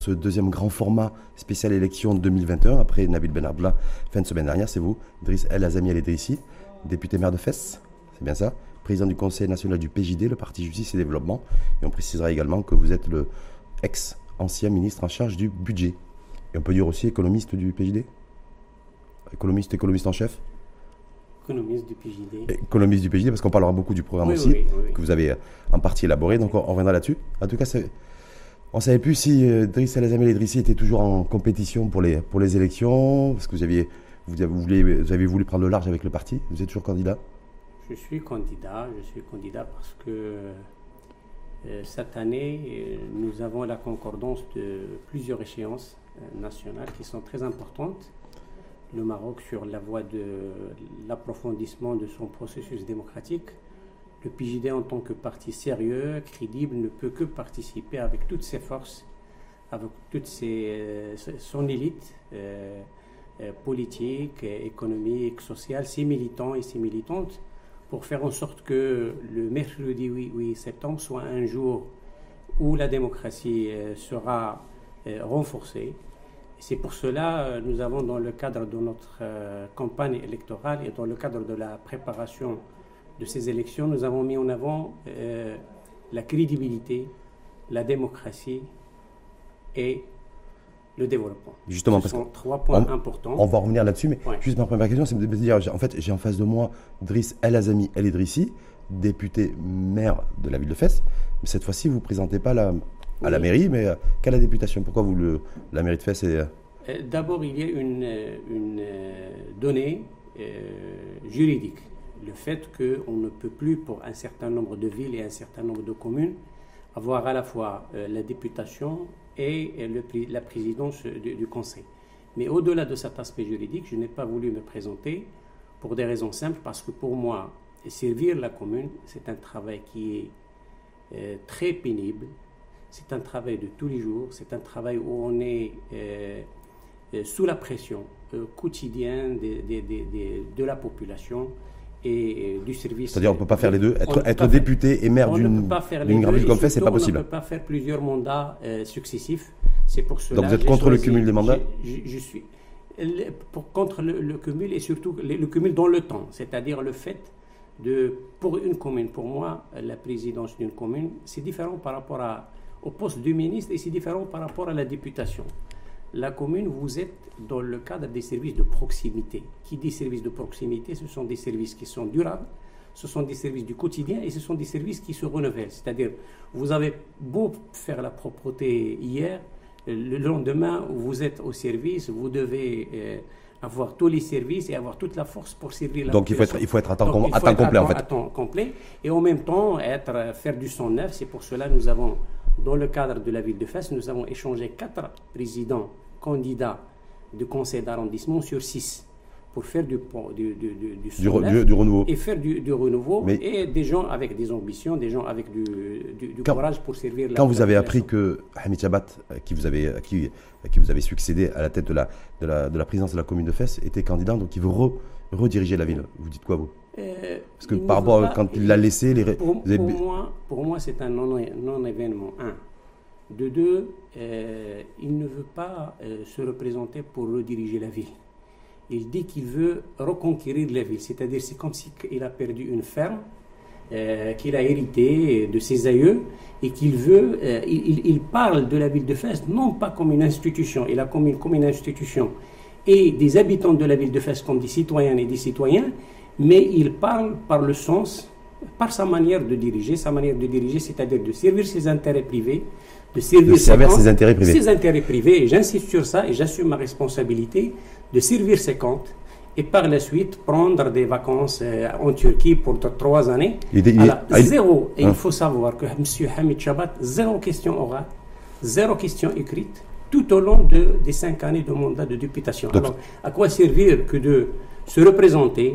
Ce deuxième grand format spécial élection 2021, après Nabil Ben Abdallah, fin de semaine dernière, c'est vous, Driss El Azami El Idrissi, député maire de Fès, c'est bien ça, président du Conseil national du PJD, le Parti Justice et Développement, et on précisera également que vous êtes le ex-ancien ministre en charge du budget. Et on peut dire aussi économiste du PJD, économiste en chef. Économiste du PJD. Économiste du PJD, parce qu'on parlera beaucoup du programme Oui, aussi, oui. que vous avez en partie élaboré, donc on reviendra là-dessus. En tout cas, on ne savait plus si Driss El Azami El Idrissi était toujours en compétition pour les élections, parce que vous avez voulu prendre le large avec le parti. Vous êtes toujours candidat? Je suis candidat parce que cette année, nous avons la concordance de plusieurs échéances nationales qui sont très importantes. Le Maroc sur la voie de l'approfondissement de son processus démocratique. Le PJD en tant que parti sérieux, crédible, ne peut que participer avec toutes ses forces, avec toute son élite politique, économique, sociale, ses militants et ses militantes, pour faire en sorte que le mercredi 8 septembre soit un jour où la démocratie sera renforcée. C'est pour cela que nous avons, dans le cadre de notre campagne électorale et dans le cadre de la préparation de ces élections, nous avons mis en avant la crédibilité, la démocratie et le développement. Justement, Ce sont trois points importants. On va revenir là-dessus, mais ouais. Juste ma première question, c'est de me dire, en fait, j'ai en face de moi Driss El Azami El Idrissi, député maire de la ville de Fès. Mais cette fois-ci, vous ne présentez pas à la mairie, mais qu'à la députation. Pourquoi la mairie de Fès est... D'abord, il y a une donnée juridique. Le fait qu'on ne peut plus, pour un certain nombre de villes et un certain nombre de communes, avoir à la fois la députation et la présidence du conseil. Mais au-delà de cet aspect juridique, je n'ai pas voulu me présenter pour des raisons simples, parce que pour moi, servir la commune, c'est un travail qui est très pénible, c'est un travail de tous les jours, c'est un travail où on est sous la pression quotidienne de la population et du service. C'est-à-dire on ne peut pas faire les deux. Être député et maire d'une grande ville comme Fès, c'est pas possible. On ne peut pas faire plusieurs mandats successifs. C'est pour cela. Donc vous êtes contre le cumul des mandats? Je suis contre le cumul, et surtout le cumul dans le temps. C'est-à-dire le fait pour une commune, pour moi, la présidence d'une commune, c'est différent par rapport au poste du ministre et c'est différent par rapport à la députation. La commune, vous êtes dans le cadre des services de proximité. Qui dit services de proximité, ce sont des services qui sont durables, ce sont des services du quotidien et ce sont des services qui se renouvellent. C'est-à-dire, vous avez beau faire la propreté hier, le lendemain, vous êtes au service, vous devez avoir tous les services et avoir toute la force pour servir la population. Donc il faut être à temps complet en fait. À temps complet et en même temps faire du 109. C'est pour cela que nous avons, dans le cadre de la ville de Fès, nous avons échangé 4 présidents candidats de conseil d'arrondissement sur 6 pour faire du renouveau. Et faire du renouveau, et des gens avec des ambitions, des gens avec du courage pour servir la population. Quand vous avez appris que Hamid Chabat, qui vous avez succédé à la tête de la présidence de la commune de Fès, était candidat, donc il veut rediriger la ville, vous dites quoi vous? Parce que par rapport quand il l'a laissé... Pour moi, c'est un non-événement, 1. De 2, il ne veut pas se représenter pour rediriger la ville. Il dit qu'il veut reconquérir la ville, c'est-à-dire c'est comme s'il a perdu une ferme qu'il a héritée de ses aïeux et qu'il veut... il parle de la ville de Fès non pas comme une institution, et la commune comme une institution, et des habitants de la ville de Fès comme des citoyennes et des citoyens, mais il parle par le sens, par sa manière de diriger, c'est-à-dire de servir ses intérêts privés, de servir ses intérêts privés, et j'insiste sur ça, et j'assume ma responsabilité de servir ses comptes, et par la suite prendre des vacances en Turquie pour 3 années. Zéro. Et il faut savoir que M. Hamid Chabat, 0 question orale, 0 question écrite, tout au long des 5 années de mandat de députation. Alors, à quoi servir que de se représenter,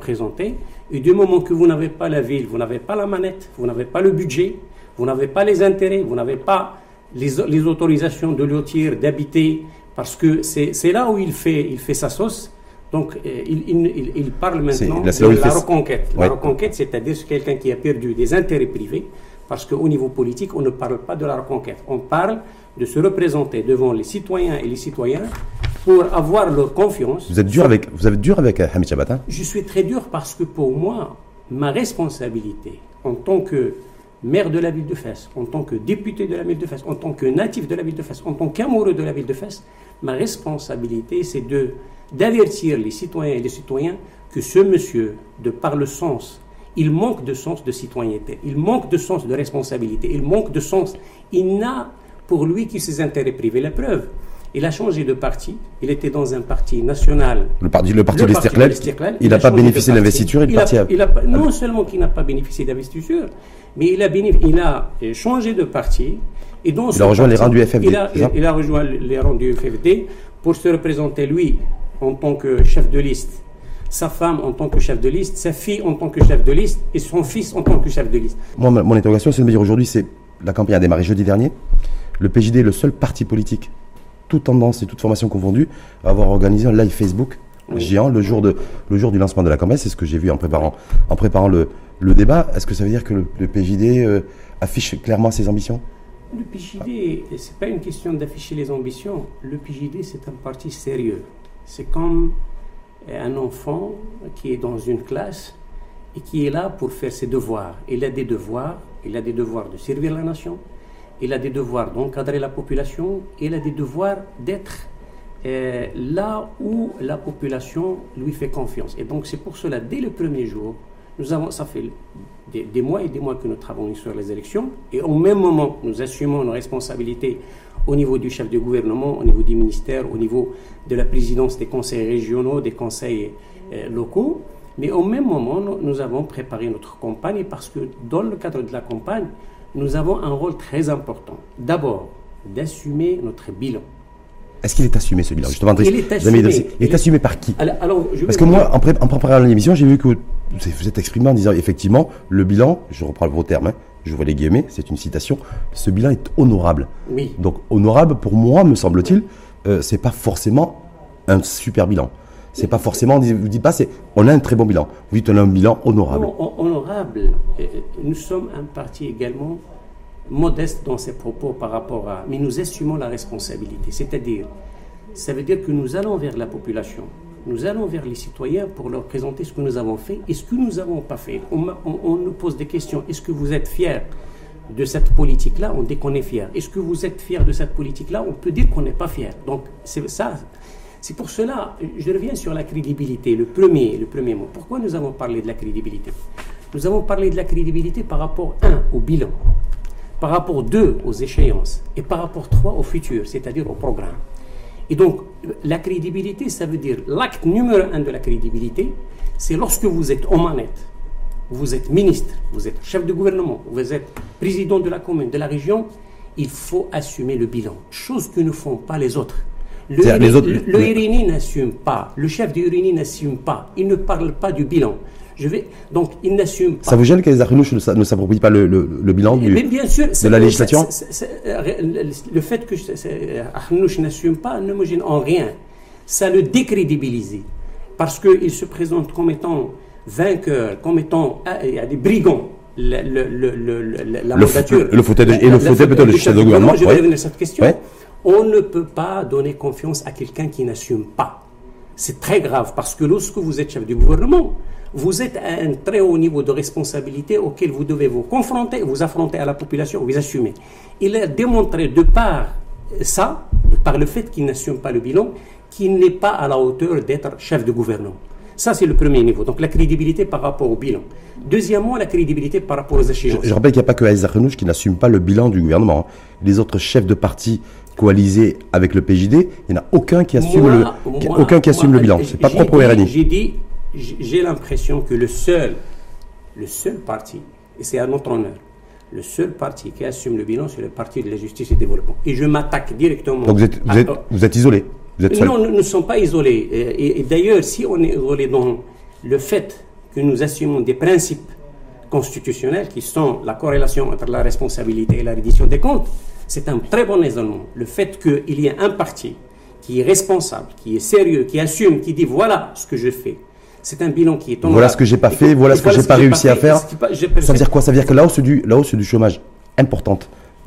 et du moment que vous n'avez pas la ville, vous n'avez pas la manette, vous n'avez pas le budget, vous n'avez pas les intérêts, vous n'avez pas les autorisations de lotir, d'habiter, parce que c'est là où il fait sa sauce. Donc, il parle maintenant de la reconquête. La reconquête, c'est-à-dire quelqu'un qui a perdu des intérêts privés, parce qu'au niveau politique, on ne parle pas de la reconquête. On parle de se représenter devant les citoyens et les citoyennes pour avoir leur confiance. Vous êtes dur avec Hamid Chabat, hein? Je suis très dur parce que pour moi, ma responsabilité en tant que maire de la ville de Fès, en tant que député de la ville de Fès, en tant que natif de la ville de Fès, en tant qu'amoureux de la ville de Fès, ma responsabilité, c'est d'avertir les citoyens et les citoyens que ce monsieur, de par le sens, il manque de sens de citoyenneté, il manque de sens de responsabilité, il manque de sens. Il n'a pour lui que ses intérêts privés. La preuve, il a changé de parti. Il était dans un parti national. Le parti de l'Istiqlal. Il n'a pas bénéficié de l'investiture. Non seulement qu'il n'a pas bénéficié d'investiture, mais il a changé de parti. Et donc, il a rejoint les rangs du FFD. Il a rejoint les rangs du FFD pour se représenter, lui, en tant que chef de liste, sa femme en tant que chef de liste, sa fille en tant que chef de liste et son fils en tant que chef de liste. Moi, mon interrogation, c'est de me dire aujourd'hui, la campagne a démarré jeudi dernier. Le PJD est le seul parti politique, toute tendance et toute formation confondue, à avoir organisé un live Facebook géant le jour du lancement de la campagne. C'est ce que j'ai vu en préparant le débat. Est-ce que ça veut dire que le PJD affiche clairement ses ambitions? Le PJD, ce n'est pas une question d'afficher les ambitions. Le PJD, c'est un parti sérieux. C'est comme un enfant qui est dans une classe et qui est là pour faire ses devoirs. Il a des devoirs de servir la nation, il a des devoirs d'encadrer la population, il a des devoirs d'être là où la population lui fait confiance. Et donc c'est pour cela, dès le premier jour, ça fait des mois et des mois que nous travaillons sur les élections, et au même moment, nous assumons nos responsabilités au niveau du chef de gouvernement, au niveau du ministère, au niveau de la présidence des conseils régionaux, des conseils locaux. Mais au même moment, nous avons préparé notre campagne parce que dans le cadre de la campagne, nous avons un rôle très important. D'abord, d'assumer notre bilan. Est-ce qu'il est assumé, ce bilan? Justement, il est assumé par qui? Parce que moi, en préparant l'émission, j'ai vu que vous êtes exprimé en disant, effectivement, le bilan, je reprends vos termes, hein, je vois les guillemets, c'est une citation, ce bilan est honorable. Oui. Donc, honorable, pour moi, me semble-t-il, c'est pas forcément un super bilan. C'est pas forcément, vous dites pas, on a un très bon bilan. Vous dites, on a un bilan honorable. Non, honorable. Nous sommes un parti également modeste dans ses propos par rapport à... Mais nous assumons la responsabilité. C'est-à-dire, ça veut dire que nous allons vers la population, nous allons vers les citoyens pour leur présenter ce que nous avons fait et ce que nous n'avons pas fait. On nous pose des questions. Est-ce que vous êtes fiers de cette politique-là? On dit qu'on est fiers. Est-ce que vous êtes fiers de cette politique-là? On peut dire qu'on n'est pas fiers. Donc, c'est ça. C'est pour cela, je reviens sur la crédibilité, le premier mot. Pourquoi nous avons parlé de la crédibilité? Nous avons parlé de la crédibilité par rapport, 1, au bilan, par rapport, 2, aux échéances, et par rapport, 3, au futur, c'est-à-dire au programme. Et donc, la crédibilité, ça veut dire, l'acte numéro 1 de la crédibilité, c'est lorsque vous êtes aux manettes, vous êtes ministre, vous êtes chef de gouvernement, vous êtes président de la commune, de la région, il faut assumer le bilan, chose que ne font pas les autres. Le RNI n'assume pas, le chef du RNI n'assume pas, il ne parle pas du bilan. Donc, il n'assume pas. Ça vous gêne que les Arnouch ne s'approprient pas le bilan bien sûr, de la législature? Le fait que Arnouch n'assume pas ne me gêne en rien. Ça le décrédibilise. Parce qu'il se présente comme étant vainqueur, comme étant des brigands. La mandature. Le fauteuil peut-être le chef de gouvernement. Je vais revenir à cette question. Ouais. On ne peut pas donner confiance à quelqu'un qui n'assume pas. C'est très grave parce que lorsque vous êtes chef du gouvernement, vous êtes à un très haut niveau de responsabilité auquel vous devez vous confronter, vous affronter à la population, vous assumer. Il a démontré de par ça, de par le fait qu'il n'assume pas le bilan, qu'il n'est pas à la hauteur d'être chef de gouvernement. Ça, c'est le premier niveau. Donc, la crédibilité par rapport au bilan. Deuxièmement, la crédibilité par rapport aux échéances. Je rappelle qu'il n'y a pas que Aziz Arnouch qui n'assume pas le bilan du gouvernement. Les autres chefs de parti coalisés avec le PJD, il n'y en a aucun qui assume le bilan. Ce n'est pas propre au RNI. J'ai l'impression que le seul parti, et c'est à notre honneur, le seul parti qui assume le bilan, c'est le parti de la justice et du développement. Et je m'attaque directement. Donc vous êtes isolé? Non, nous ne sommes pas isolés. Et d'ailleurs, si on est isolé dans le fait que nous assumons des principes constitutionnels qui sont la corrélation entre la responsabilité et la reddition des comptes, c'est un très bon isolement. Le fait qu'il y ait un parti qui est responsable, qui est sérieux, qui assume, qui dit voilà ce que je fais. C'est un bilan qui est honorable. Voilà ce que j'ai pas fait, voilà ce que j'ai pas réussi à faire. Ça veut dire quoi? Ça veut dire que la hausse du chômage importante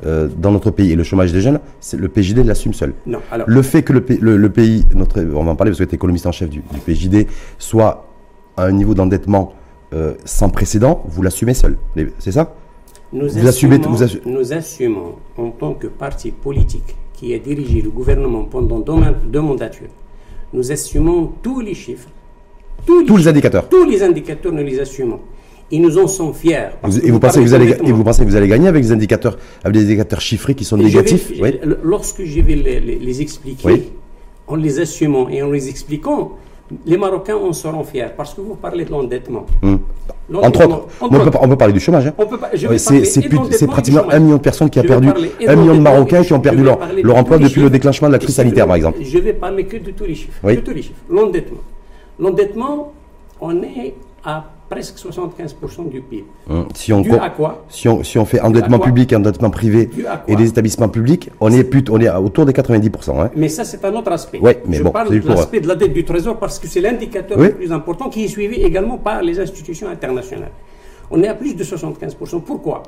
dans notre pays et le chômage des jeunes, le PJD l'assume seul. Non, alors... Le fait que le pays, on va en parler parce que tu es économiste en chef du PJD, soit à un niveau d'endettement sans précédent, vous l'assumez seul. C'est ça? Nous assumons en tant que parti politique qui a dirigé le gouvernement pendant deux mandatures, nous assumons tous les chiffres, tous les indicateurs. Tous les indicateurs, nous les assumons. Et nous en sommes fiers. Et vous pensez que vous allez gagner avec des indicateurs chiffrés qui sont négatifs? Lorsque je vais les expliquer, oui, en les assumant et en les expliquant, les Marocains en seront fiers. Parce que vous parlez de l'endettement. Entre autres. On peut parler du chômage. C'est pratiquement 1 million de personnes qui ont perdu, 1 million de Marocains qui ont perdu leur emploi depuis le déclenchement de la crise sanitaire, par exemple. Je vais parler que de tous les chiffres. Oui. De tous les chiffres. L'endettement, on est à presque 75% du PIB. Dû à quoi? Si on fait endettement public et endettement privé et des établissements publics, on est autour des 90%. Hein. Mais ça, c'est un autre aspect. Ouais, mais Je parle de l'aspect de la dette du Trésor parce que c'est l'indicateur le plus important qui est suivi également par les institutions internationales. On est à plus de 75%. Pourquoi?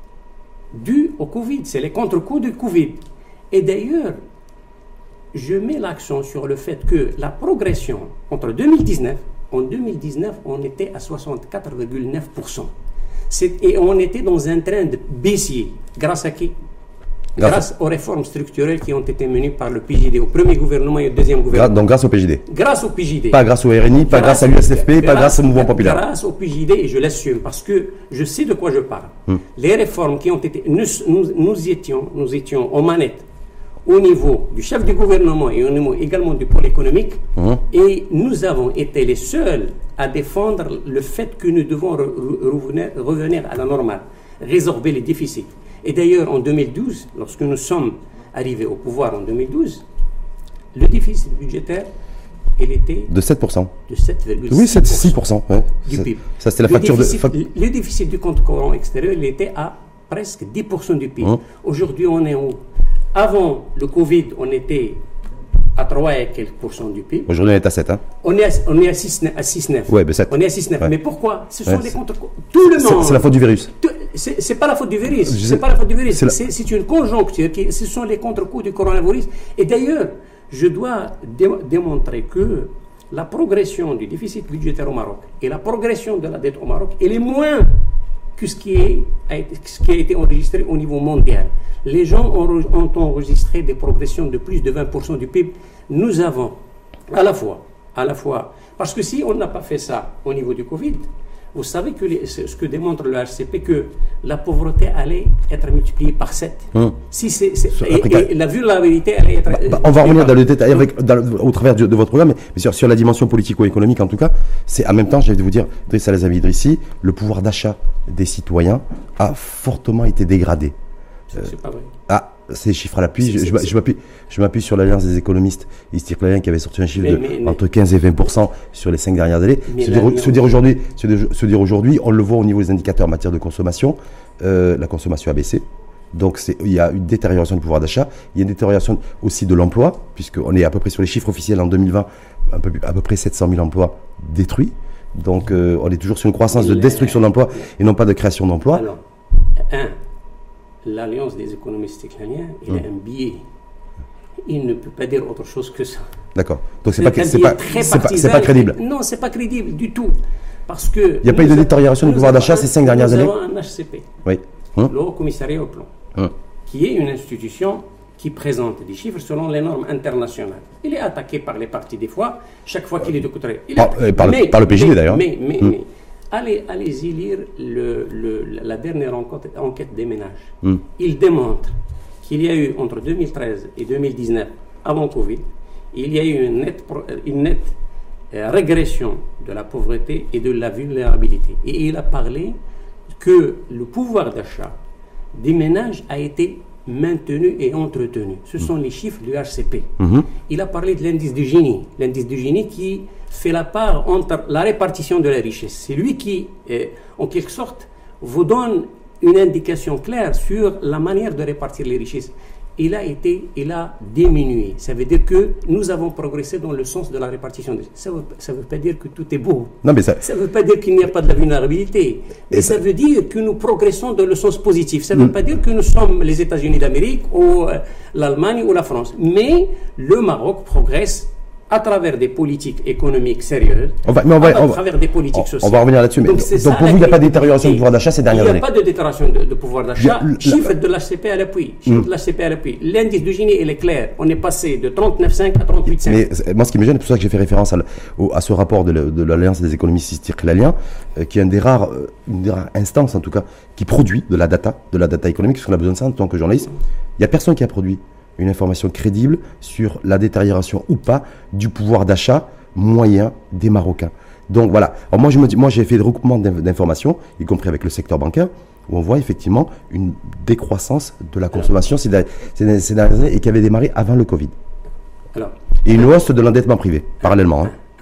Dû au Covid. C'est les contre-coups du Covid. Et d'ailleurs, je mets l'accent sur le fait que la progression entre 2019, en 2019, on était à 64,9%. Et on était dans un trend baissier. Grâce à qui? Grâce aux réformes structurelles qui ont été menées par le PJD, au premier gouvernement et au deuxième gouvernement. Donc grâce au PJD. Grâce au PJD. Pas grâce au RNI, pas grâce à l'USFP, pas grâce au mouvement populaire. Grâce au PJD, et je l'assume, parce que je sais de quoi je parle. Les réformes qui ont été... Nous étions aux manettes au niveau du chef du gouvernement et au niveau également du pôle économique, et nous avons été les seuls à défendre le fait que nous devons revenir à la normale, résorber les déficits. Et d'ailleurs, en 2012, lorsque nous sommes arrivés au pouvoir en 2012, le déficit budgétaire, il était... De 7%. De 7,6%. Oui, 6%. Ouais. Du PIB. Ça, c'était la facture Le déficit du compte courant extérieur, il était à presque 10% du PIB. Aujourd'hui, on est où? Avant le Covid, on était à 3 et quelques % du PIB. Aujourd'hui, on est à 7. Hein. On est à 6,9. Oui, mais 7. On est à 6,9. Ouais. Mais pourquoi? Ce sont des contre-coups. Tout le monde. C'est la faute du virus. C'est pas la faute du virus. C'est pas la faute du virus. C'est une conjoncture. Ce sont les contre-coups du coronavirus. Et d'ailleurs, je dois démontrer que la progression du déficit budgétaire au Maroc et la progression de la dette au Maroc, elle est moins que ce qui a été enregistré au niveau mondial. Les gens ont enregistré des progressions de plus de 20% du PIB. Nous avons à la fois, parce que si on n'a pas fait ça au niveau du Covid, vous savez que ce que démontre le RCP, que la pauvreté allait être multipliée par 7. Et la vulnérabilité allait être... on va revenir dans le détail au travers de votre programme, mais sur la dimension politico-économique en tout cas, c'est en même temps, j'ai envie de vous dire, Driss El Azami Idrissi, le pouvoir d'achat des citoyens a fortement été dégradé. C'est pas vrai. Ces chiffres à l'appui, je m'appuie sur l'Alliance des économistes istirclérien qui avait sorti un chiffre entre 15 et 20% sur les 5 dernières années. Se dire aujourd'hui, on le voit au niveau des indicateurs en matière de consommation, la consommation a baissé. Donc il y a une détérioration du pouvoir d'achat, il y a une détérioration aussi de l'emploi, puisqu'on est à peu près sur les chiffres officiels en 2020, à peu près 700 000 emplois détruits. Donc on est toujours sur une croissance de destruction d'emplois et non pas de création d'emplois. Alors, l'Alliance des économistes istircléniens, il a un biais. Il ne peut pas dire autre chose que ça. D'accord. Donc c'est pas crédible. Non, c'est pas crédible du tout. Parce que... Il n'y a pas eu de détérioration du pouvoir d'achat ces 5 dernières années. Nous avons un HCP, oui. Le Haut Commissariat au Plan, qui est une institution qui présente des chiffres selon les normes internationales. Il est attaqué par les partis des fois, chaque fois qu'il est de côté. Par le PJD d'ailleurs. Mais allez-y lire la dernière enquête des ménages. Il démontre qu'il y a eu entre 2013 et 2019, avant Covid, il y a eu une nette régression de la pauvreté et de la vulnérabilité. Et il a parlé que le pouvoir d'achat des ménages a été maintenu et entretenu. Ce sont les chiffres du RCP. Il a parlé de l'indice de Gini qui fait la part entre la répartition de la richesse. C'est lui qui, en quelque sorte, vous donne une indication claire sur la manière de répartir les richesses. il a diminué. Ça veut dire que nous avons progressé dans le sens de la répartition. Ça veut pas dire que tout est beau. Non, mais ça veut pas dire qu'il n'y a pas de la vulnérabilité. Mais ça veut dire que nous progressons dans le sens positif. Ça veut pas dire que nous sommes les États-Unis d'Amérique ou l'Allemagne ou la France. Mais le Maroc progresse à travers des politiques économiques sérieuses, à travers des politiques sociales. On va revenir là-dessus. Donc pour vous, il n'y a pas de détérioration du pouvoir d'achat ces dernières années? Il n'y a pas de détérioration de pouvoir d'achat. Chiffre de l'HCP à l'appui. L'indice du Gini, il est clair. On est passé de 39,5 à 38,5. Mais moi, ce qui me gêne, c'est pour ça que j'ai fait référence à ce rapport de l'Alliance des économistes istiqlalien, qui est une des rares instances, en tout cas, qui produit de la data économique, parce qu'on a besoin de ça en tant que journaliste. Il n'y a personne qui a produit une information crédible sur la détérioration ou pas du pouvoir d'achat moyen des Marocains. Donc voilà. Alors moi j'ai fait des recoupements d'informations, y compris avec le secteur bancaire, où on voit effectivement une décroissance de la consommation ces dernières années et qui avait démarré avant le Covid. Et une hausse de l'endettement privé, parallèlement.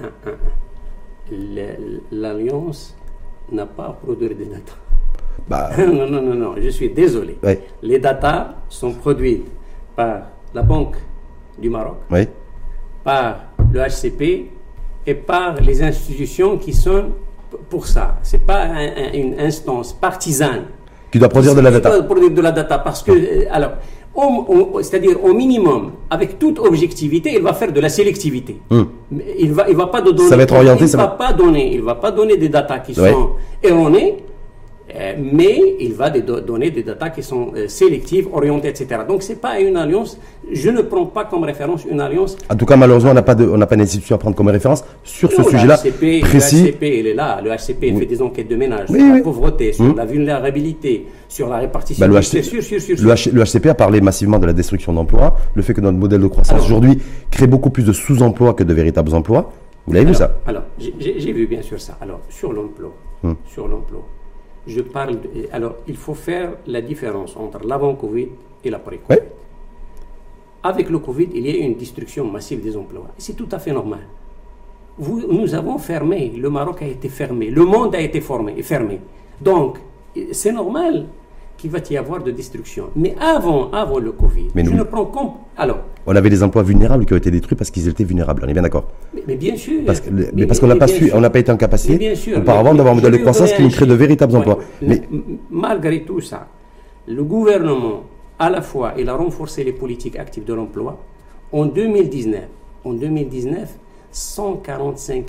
L'Alliance n'a pas à produire des datas. Non, je suis désolé. Ouais. Les datas sont produites par la Banque du Maroc, par le HCP et par les institutions qui sont pour ça. Ce n'est pas une instance partisane qui doit produire de la data. Produire de la data parce que, c'est-à-dire au minimum, avec toute objectivité, il va faire de la sélectivité. Il va pas donner. Ça va être orienté. Il va pas donner des datas qui sont erronées. Mais il va donner des datas qui sont sélectives, orientées, etc. Donc, ce n'est pas une alliance. Je ne prends pas comme référence une alliance. En tout cas, malheureusement, on n'a pas d'institution à prendre comme référence sur ce sujet-là précis. Le HCP, il est là. Le HCP, il fait des enquêtes de ménage sur la pauvreté, sur la vulnérabilité, sur la répartition. Le HCP a parlé massivement de la destruction d'emplois, le fait que notre modèle de croissance aujourd'hui crée beaucoup plus de sous-emplois que de véritables emplois. Vous l'avez vu ça? Alors, j'ai vu bien sûr ça. Alors, sur l'emploi, je parle alors, il faut faire la différence entre l'avant-Covid et l'après-Covid. Avec le Covid, il y a eu une destruction massive des emplois. C'est tout à fait normal. Nous avons fermé, le Maroc a été fermé, le monde a été fermé. Donc, c'est normal qu'il va y avoir de destruction. Mais avant le Covid, je ne prends compte. Alors, on avait des emplois vulnérables qui ont été détruits parce qu'ils étaient vulnérables. On est bien d'accord? Mais bien sûr. Parce qu'on n'a pas été en capacité auparavant d'avoir un modèle de croissance qui nous crée de véritables emplois. Mais malgré tout ça, le gouvernement, à la fois, il a renforcé les politiques actives de l'emploi. En 2019, 145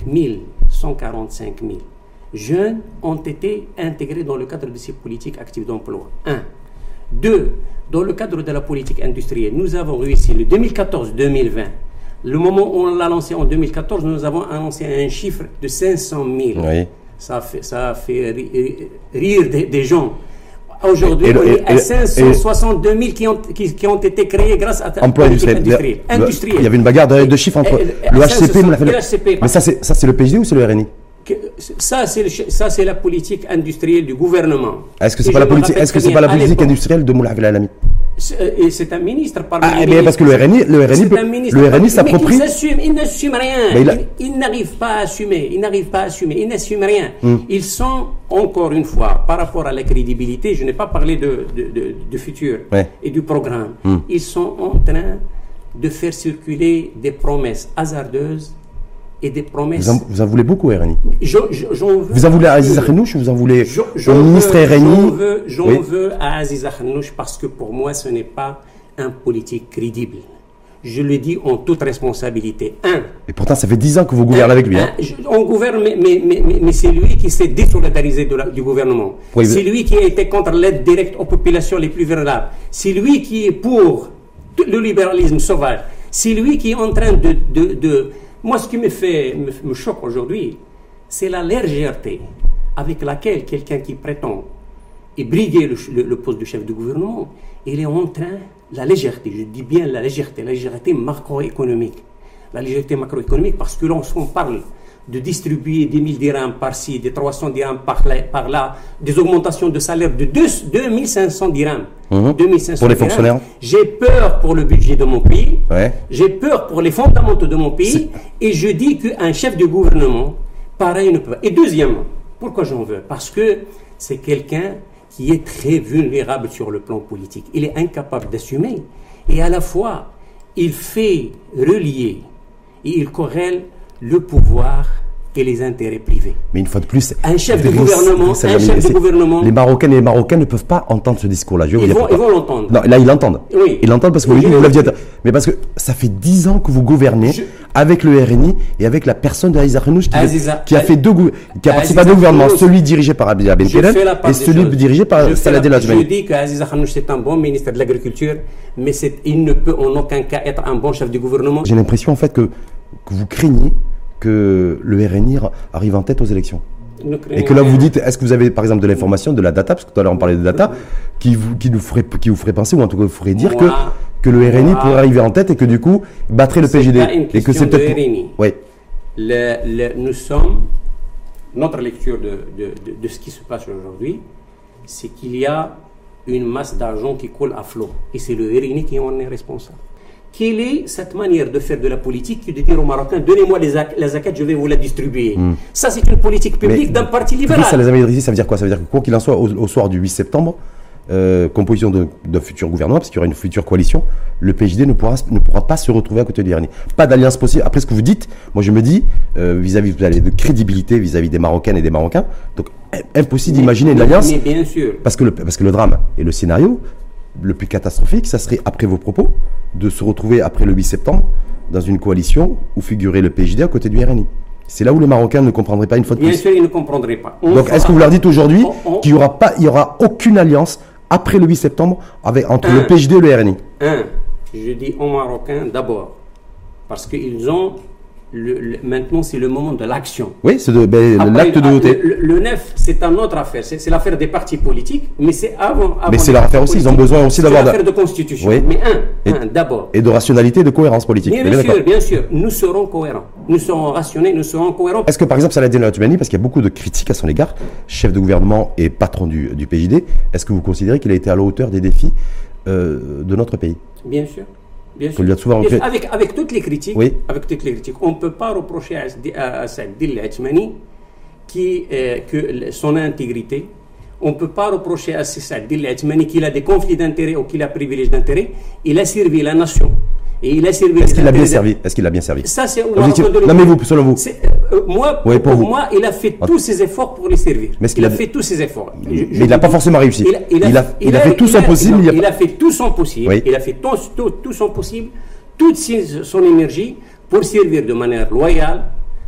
000 jeunes ont été intégrés dans le cadre de ces politiques actives d'emploi. 1. 2. Dans le cadre de la politique industrielle, nous avons réussi le 2014-2020. Le moment où on l'a lancé en 2014, nous avons annoncé un chiffre de 500 000. Ça a fait rire des gens. Aujourd'hui, on est à 562 000 qui ont été créés grâce à la politique industrielle. Il y avait une bagarre de chiffres entre le HCP. Mais ça, c'est le PJD ou c'est le RNI? Ça, c'est la politique industrielle du gouvernement. Est-ce que c'est pas la politique industrielle de Moulay Al-Alami? C'est un ministre parmi les ministres. Parce que le RNI s'approprie. Il n'assume rien. Il n'arrive pas à assumer. Il n'assume rien. Ils sont, encore une fois, par rapport à la crédibilité, je n'ai pas parlé de futur et du programme. Ils sont en train de faire circuler des promesses hasardeuses et des promesses. Vous en voulez beaucoup, RNI? Vous en voulez à Aziz Akhnouch ou vous en voulez au ministre RNI? J'en veux à Aziz Akhnouch parce que pour moi, ce n'est pas un politique crédible. Je le dis en toute responsabilité. Et pourtant, ça fait 10 ans que vous gouvernez avec lui. On gouverne, mais c'est lui qui s'est désolidarisé du gouvernement. C'est lui qui a été contre l'aide directe aux populations les plus vulnérables. C'est lui qui est pour le libéralisme sauvage. C'est lui qui est en train de Moi, ce qui me choque aujourd'hui, c'est la légèreté avec laquelle quelqu'un qui prétend briguer le poste de chef de gouvernement, il est en train, la légèreté, je dis bien la légèreté macroéconomique. La légèreté macroéconomique, parce que lorsqu'on parle de distribuer des 1000 dirhams par-ci, des 300 dirhams par-là, des augmentations de salaire de 2500 dirhams. 2500 pour les fonctionnaires. J'ai peur pour le budget de mon pays, j'ai peur pour les fondamentaux de mon pays, et je dis qu'un chef de gouvernement, pareil, ne peut pas. Et deuxièmement, pourquoi j'en veux? Parce que c'est quelqu'un qui est très vulnérable sur le plan politique. Il est incapable d'assumer. Et à la fois, il fait relier et il corrèle le pouvoir et les intérêts privés. Mais une fois de plus, un chef de gouvernement, les Marocaines et les Marocains ne peuvent pas entendre ce discours-là. Ils vont l'entendre. Non, là, ils l'entendent. Oui. Ils l'entendent parce que vous l'aviez dit. Mais parce que ça fait 10 ans que vous gouvernez avec le RNI et avec la personne de Aziza Khenouch qui a participé à deux gouvernements, celui dirigé par Abdel Benkelem et celui dirigé par Saladin Ladjmani. Je dis que Aziza Khenouch c'est un bon ministre de l'Agriculture, mais il ne peut en aucun cas être un bon chef de gouvernement. J'ai l'impression en fait que vous craignez que le RNI arrive en tête aux élections. Et que là vous dites, est-ce que vous avez par exemple de l'information, de la data, parce que tout à l'heure on parlait de data, qui vous ferait penser, ou en tout cas vous ferait dire que le RNI pourrait arriver en tête et que du coup battrait le PJD. Et que c'est peut-être oui. Nous sommes, notre lecture de ce qui se passe aujourd'hui, c'est qu'il y a une masse d'argent qui coule à flot. Et c'est le RNI qui en est responsable. Quelle est cette manière de faire de la politique que de dire aux Marocains, donnez-moi la zakat, je vais vous la distribuer. Ça, c'est une politique publique d'un parti libéral. Ça, les amis Idrissi, ça veut dire quoi? Ça veut dire que quoi qu'il en soit, au soir du 8 septembre, composition d'un futur gouvernement, parce qu'il y aura une future coalition, le PJD ne pourra pas se retrouver à côté du RNI. Pas d'alliance possible. Après ce que vous dites, moi je me dis, vis-à-vis de crédibilité vis-à-vis des Marocaines et des Marocains, donc impossible d'imaginer une alliance. Mais bien sûr. Parce que le drame et le scénario le plus catastrophique, ça serait, après vos propos, de se retrouver après le 8 septembre dans une coalition où figurait le PJD à côté du RNI. C'est là où les Marocains ne comprendraient pas une fois de plus. Bien sûr, ils ne comprendraient pas. Donc, est-ce que vous leur dites aujourd'hui qu'il n'y aura aucune alliance après le 8 septembre entre le PJD et le RNI? Je dis aux Marocains d'abord, parce qu'ils ont... maintenant, c'est le moment de l'action. Oui, c'est l'acte de voter. Le 9, c'est une autre affaire. C'est l'affaire des partis politiques, mais c'est avant. Mais c'est leur affaire aussi. Ils ont besoin aussi d'avoir. C'est l'affaire de constitution. Oui. Mais d'abord. Et de rationalité et de cohérence politique. Bien sûr. Nous serons cohérents. Nous serons rationnels, nous serons cohérents. Est-ce que, par exemple, Saladin Ladjmani, parce qu'il y a beaucoup de critiques à son égard, chef de gouvernement et patron du PJD, est-ce que vous considérez qu'il a été à la hauteur des défis de notre pays? Bien sûr. Bien sûr. Avec toutes les critiques, on ne peut pas reprocher à Saladin Ladjmani que son intégrité. On ne peut pas reprocher à Saladin Ladjmani qu'il a des conflits d'intérêts ou qu'il a privilèges d'intérêts. Il a servi la nation. Et il a servi. Est-ce qu'il a bien servi? Est-ce qu'il a bien servi? Ça, c'est non, mais vous, selon vous. Pour moi, il a fait tous ses efforts pour les servir. Il a fait tous ses efforts. Mais il n'a pas forcément réussi. Il a fait tout son possible. Il a fait tout son possible. Il a fait tout son possible, toute son énergie pour servir de manière loyale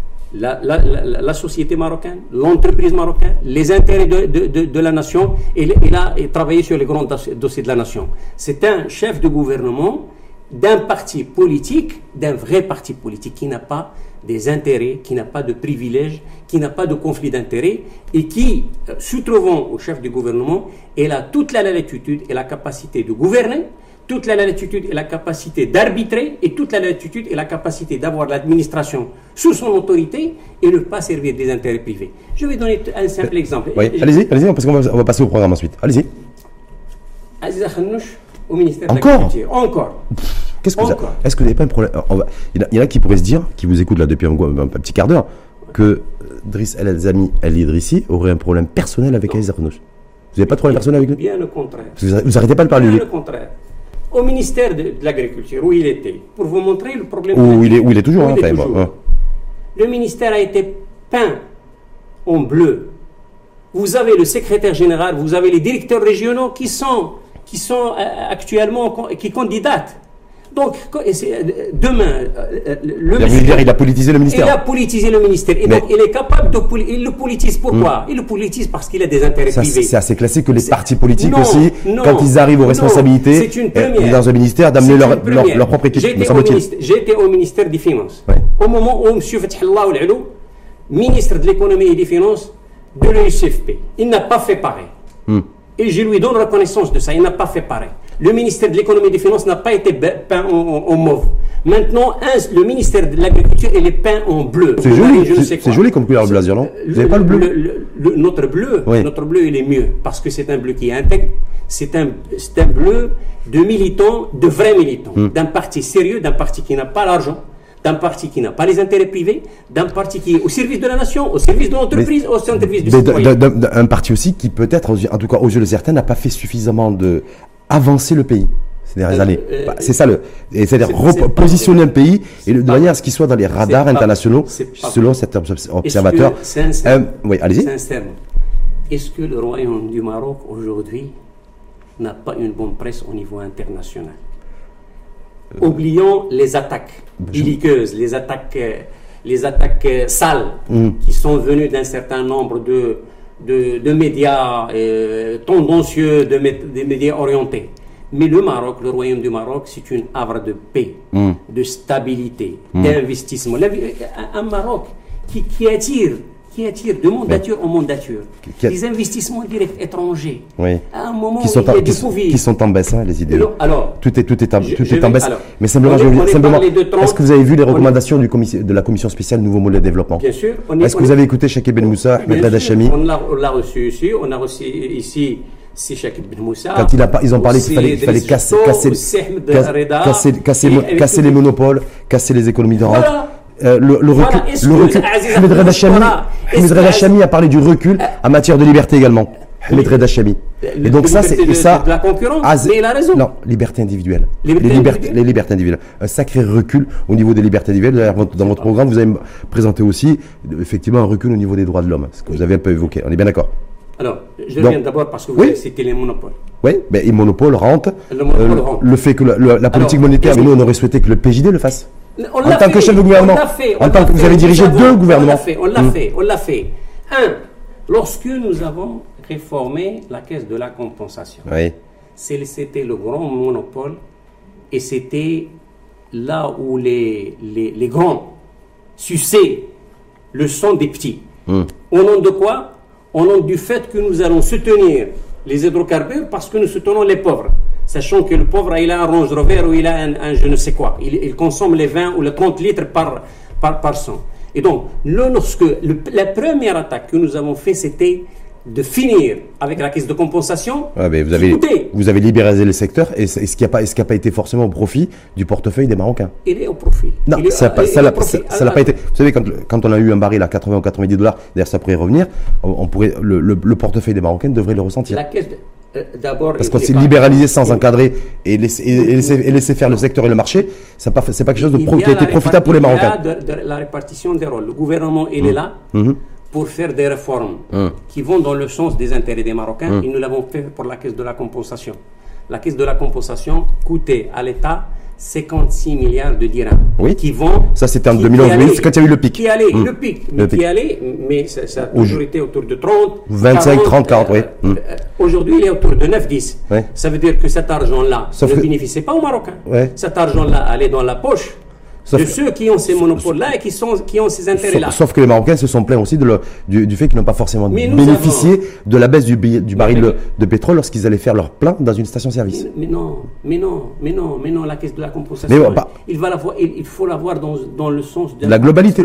la société marocaine, l'entreprise marocaine, les intérêts de la nation. Il a travaillé sur les grands dossiers de la nation. C'est un chef de gouvernement d'un parti politique, d'un vrai parti politique qui n'a pas des intérêts, qui n'a pas de privilèges, qui n'a pas de conflit d'intérêts et qui, se trouvant au chef du gouvernement, elle a toute la latitude et la capacité de gouverner, toute la latitude et la capacité d'arbitrer et toute la latitude et la capacité d'avoir l'administration sous son autorité et ne pas servir des intérêts privés. Je vais donner un simple exemple. Oui, allez-y, parce qu'on va passer au programme ensuite. Allez-y. Aziza Khenouch au ministère de l'Agriculture. Encore. Qu'est-ce que est-ce que vous n'avez pas un problème? Il y en a qui pourraient se dire, qui vous écoutent là depuis un petit quart d'heure, que Driss El Idrissi aurait un problème personnel avec Aziza Khenouch. Vous n'avez pas de problème personnel avec lui? Bien le contraire. Vous n'arrêtez pas de parler de lui? Bien le contraire. Au ministère de l'Agriculture, où il était, pour vous montrer le problème. Où il est toujours. Le ministère a été peint en bleu. Vous avez le secrétaire général, vous avez les directeurs régionaux qui sont actuellement, qui candidatent. Donc, demain, il a politisé le ministère. Il a politisé le ministère. Et donc, il est capable il le politise. Pourquoi? Il le politise parce qu'il a des intérêts privés. C'est assez classique que les partis politiques aussi, quand ils arrivent aux responsabilités dans un ministère, d'amener leur propre équipe. J'ai été au ministère des Finances. Au moment où M. Fethullah Ould-Alou, ministre de l'économie et des Finances de l'UCFP, il n'a pas fait pareil. Et je lui donne reconnaissance de ça. Il n'a pas fait pareil. Le ministère de l'économie et des finances n'a pas été peint en mauve. Maintenant, le ministère de l'Agriculture, il est peint en bleu. C'est joli. C'est joli comme couleur bleu, non? Vous n'avez pas le bleu? Notre bleu, il est mieux parce que c'est un bleu qui est intègre. C'est un bleu de militants, de vrais militants, d'un parti sérieux, d'un parti qui n'a pas l'argent, d'un parti qui n'a pas les intérêts privés, d'un parti qui est au service de la nation, au service de l'entreprise, au service du citoyen. Un parti aussi qui peut-être, en tout cas aux yeux de certains, n'a pas fait suffisamment avancer le pays. ces dernières années. C'est ça c'est-à-dire positionner un pays et de manière à ce qu'il soit dans les radars internationaux selon cet observateur. Oui, allez-y. Sincèrement, est-ce que le Royaume du Maroc aujourd'hui n'a pas une bonne presse au niveau international? Oublions les attaques belliqueuses, les attaques sales qui sont venues d'un certain nombre de médias tendancieux, des médias orientés. Mais le Maroc, le Royaume du Maroc, c'est une havre de paix, de stabilité, d'investissement. Un Maroc qui attire de mandature en mandature. Les investissements directs étrangers. À un moment qui sont en baisse, hein, les idées. Alors, tout est en baisse. Mais simplement, est-ce que vous avez vu les recommandations de la commission spéciale Nouveau Modèle de Développement? Bien sûr. Est-ce que vous avez écouté Cheikh Ben Moussa, Ahmed Reda Hachemi? On l'a reçu ici. On a reçu ici. C'est Cheikh Ben Moussa. Quand ils ont parlé qu'il fallait casser les monopoles, casser les économies de rente. Le recul. Ahmed Reda Hachemi a parlé du recul en matière de liberté également. Ahmed Reda Hachemi. Et donc ça, c'est de la concurrence. Mais il a raison. Non, liberté individuelle. Les libertés individuelles. Un sacré recul au niveau des libertés individuelles. D'ailleurs, dans votre programme, vous avez présenté aussi effectivement un recul au niveau des droits de l'homme, ce que vous avez un peu évoqué. On est bien d'accord? Alors, je reviens d'abord parce que vous avez cité les monopoles. Oui, mais les monopoles rentrent. Le fait que la politique monétaire, mais nous, on aurait souhaité que le PJD le fasse. En tant que chef de gouvernement, en tant que vous avez dirigé deux gouvernements. On l'a fait. Lorsque nous avons réformé la caisse de la compensation, c'était le grand monopole et c'était là où les grands suçaient le sang des petits. Au nom de quoi? Au nom du fait que nous allons soutenir les hydrocarbures parce que nous soutenons les pauvres. Sachant que le pauvre, il a un Range Rover ou il a un je ne sais quoi. Il consomme les 20 ou les 30 litres par son. Et donc, la première attaque que nous avons fait, c'était de finir avec la caisse de compensation. Mais vous avez libéralisé le secteur et ce qui n'a pas été forcément au profit du portefeuille des Marocains. Il est au profit. Non, ça n'a pas été. Vous savez, quand on a eu un baril à 80 ou 90 $, d'ailleurs ça pourrait revenir, le portefeuille des Marocains devrait le ressentir. La caisse d'abord. Parce qu'on s'est libéralisé sans encadrer et laisser faire le secteur et le marché, c'est pas quelque chose qui a été profitable pour les Marocains. Il y a de la répartition des rôles. Le gouvernement, il est là pour faire des réformes qui vont dans le sens des intérêts des Marocains. Et nous l'avons fait pour la caisse de la compensation. La caisse de la compensation coûtait à l'État 56 milliards de dirhams. Oui. Qui vont. Ça, c'était en 2011, c'est quand il y a eu le pic. Mais ça a toujours été autour de 30. 25, 30, 40, oui. Aujourd'hui, il est autour de 9-10. Ouais. Ça veut dire que cet argent-là ne bénéficie pas aux Marocains. Ouais. Cet argent-là allait dans la poche de ceux qui ont ces monopoles-là et qui ont ces intérêts-là. Sauf que les Marocains se sont plaints aussi du fait qu'ils n'ont pas forcément bénéficié de la baisse du baril de pétrole lorsqu'ils allaient faire leur plein dans une station-service. Mais non, la caisse de la compensation, il faut la voir dans le sens de la globalité.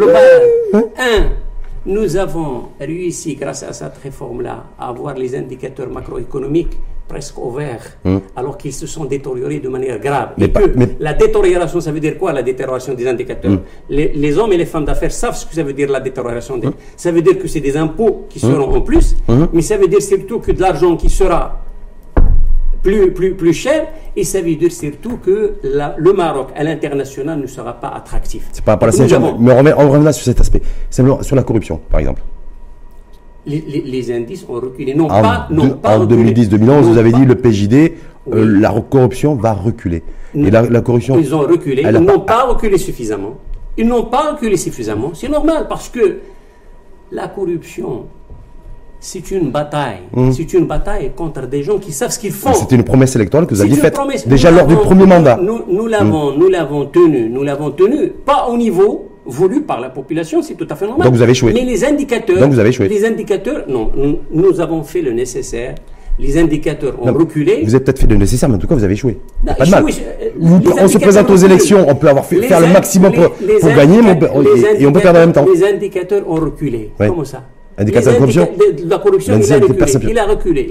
Nous avons réussi, grâce à cette réforme-là, à avoir les indicateurs macroéconomiques presque au vert, alors qu'ils se sont détériorés de manière grave. La détérioration, ça veut dire quoi, la détérioration des indicateurs? Les hommes et les femmes d'affaires savent ce que ça veut dire, la détérioration. Ça veut dire que c'est des impôts qui seront en plus, mais ça veut dire surtout que de l'argent qui sera plus cher, et ça veut dire surtout que le Maroc à l'international ne sera pas attractif. C'est pas la situation, mais on revient sur cet aspect. Simplement sur la corruption, par exemple. Les indices ont reculé. En 2010-2011, vous avez dit le PJD, la corruption va reculer. Et la corruption. Ils ont reculé. Ils n'ont pas reculé suffisamment. C'est normal parce que la corruption, c'est une bataille. C'est une bataille contre des gens qui savent ce qu'ils font. C'était une promesse électorale que vous aviez faite déjà lors du premier mandat. Nous l'avons tenue, pas au niveau voulu par la population, c'est tout à fait normal. Donc vous avez échoué. Mais les indicateurs. Donc vous avez échoué. Les indicateurs, non, nous avons fait le nécessaire. Les indicateurs ont reculé. Vous avez peut-être fait le nécessaire, mais en tout cas vous avez échoué. Pas de mal. On se présente aux élections, on peut faire le maximum pour gagner, et on peut perdre en même temps. Les indicateurs ont reculé. Comment ça? Indicateur de corruption. La corruption, il a reculé.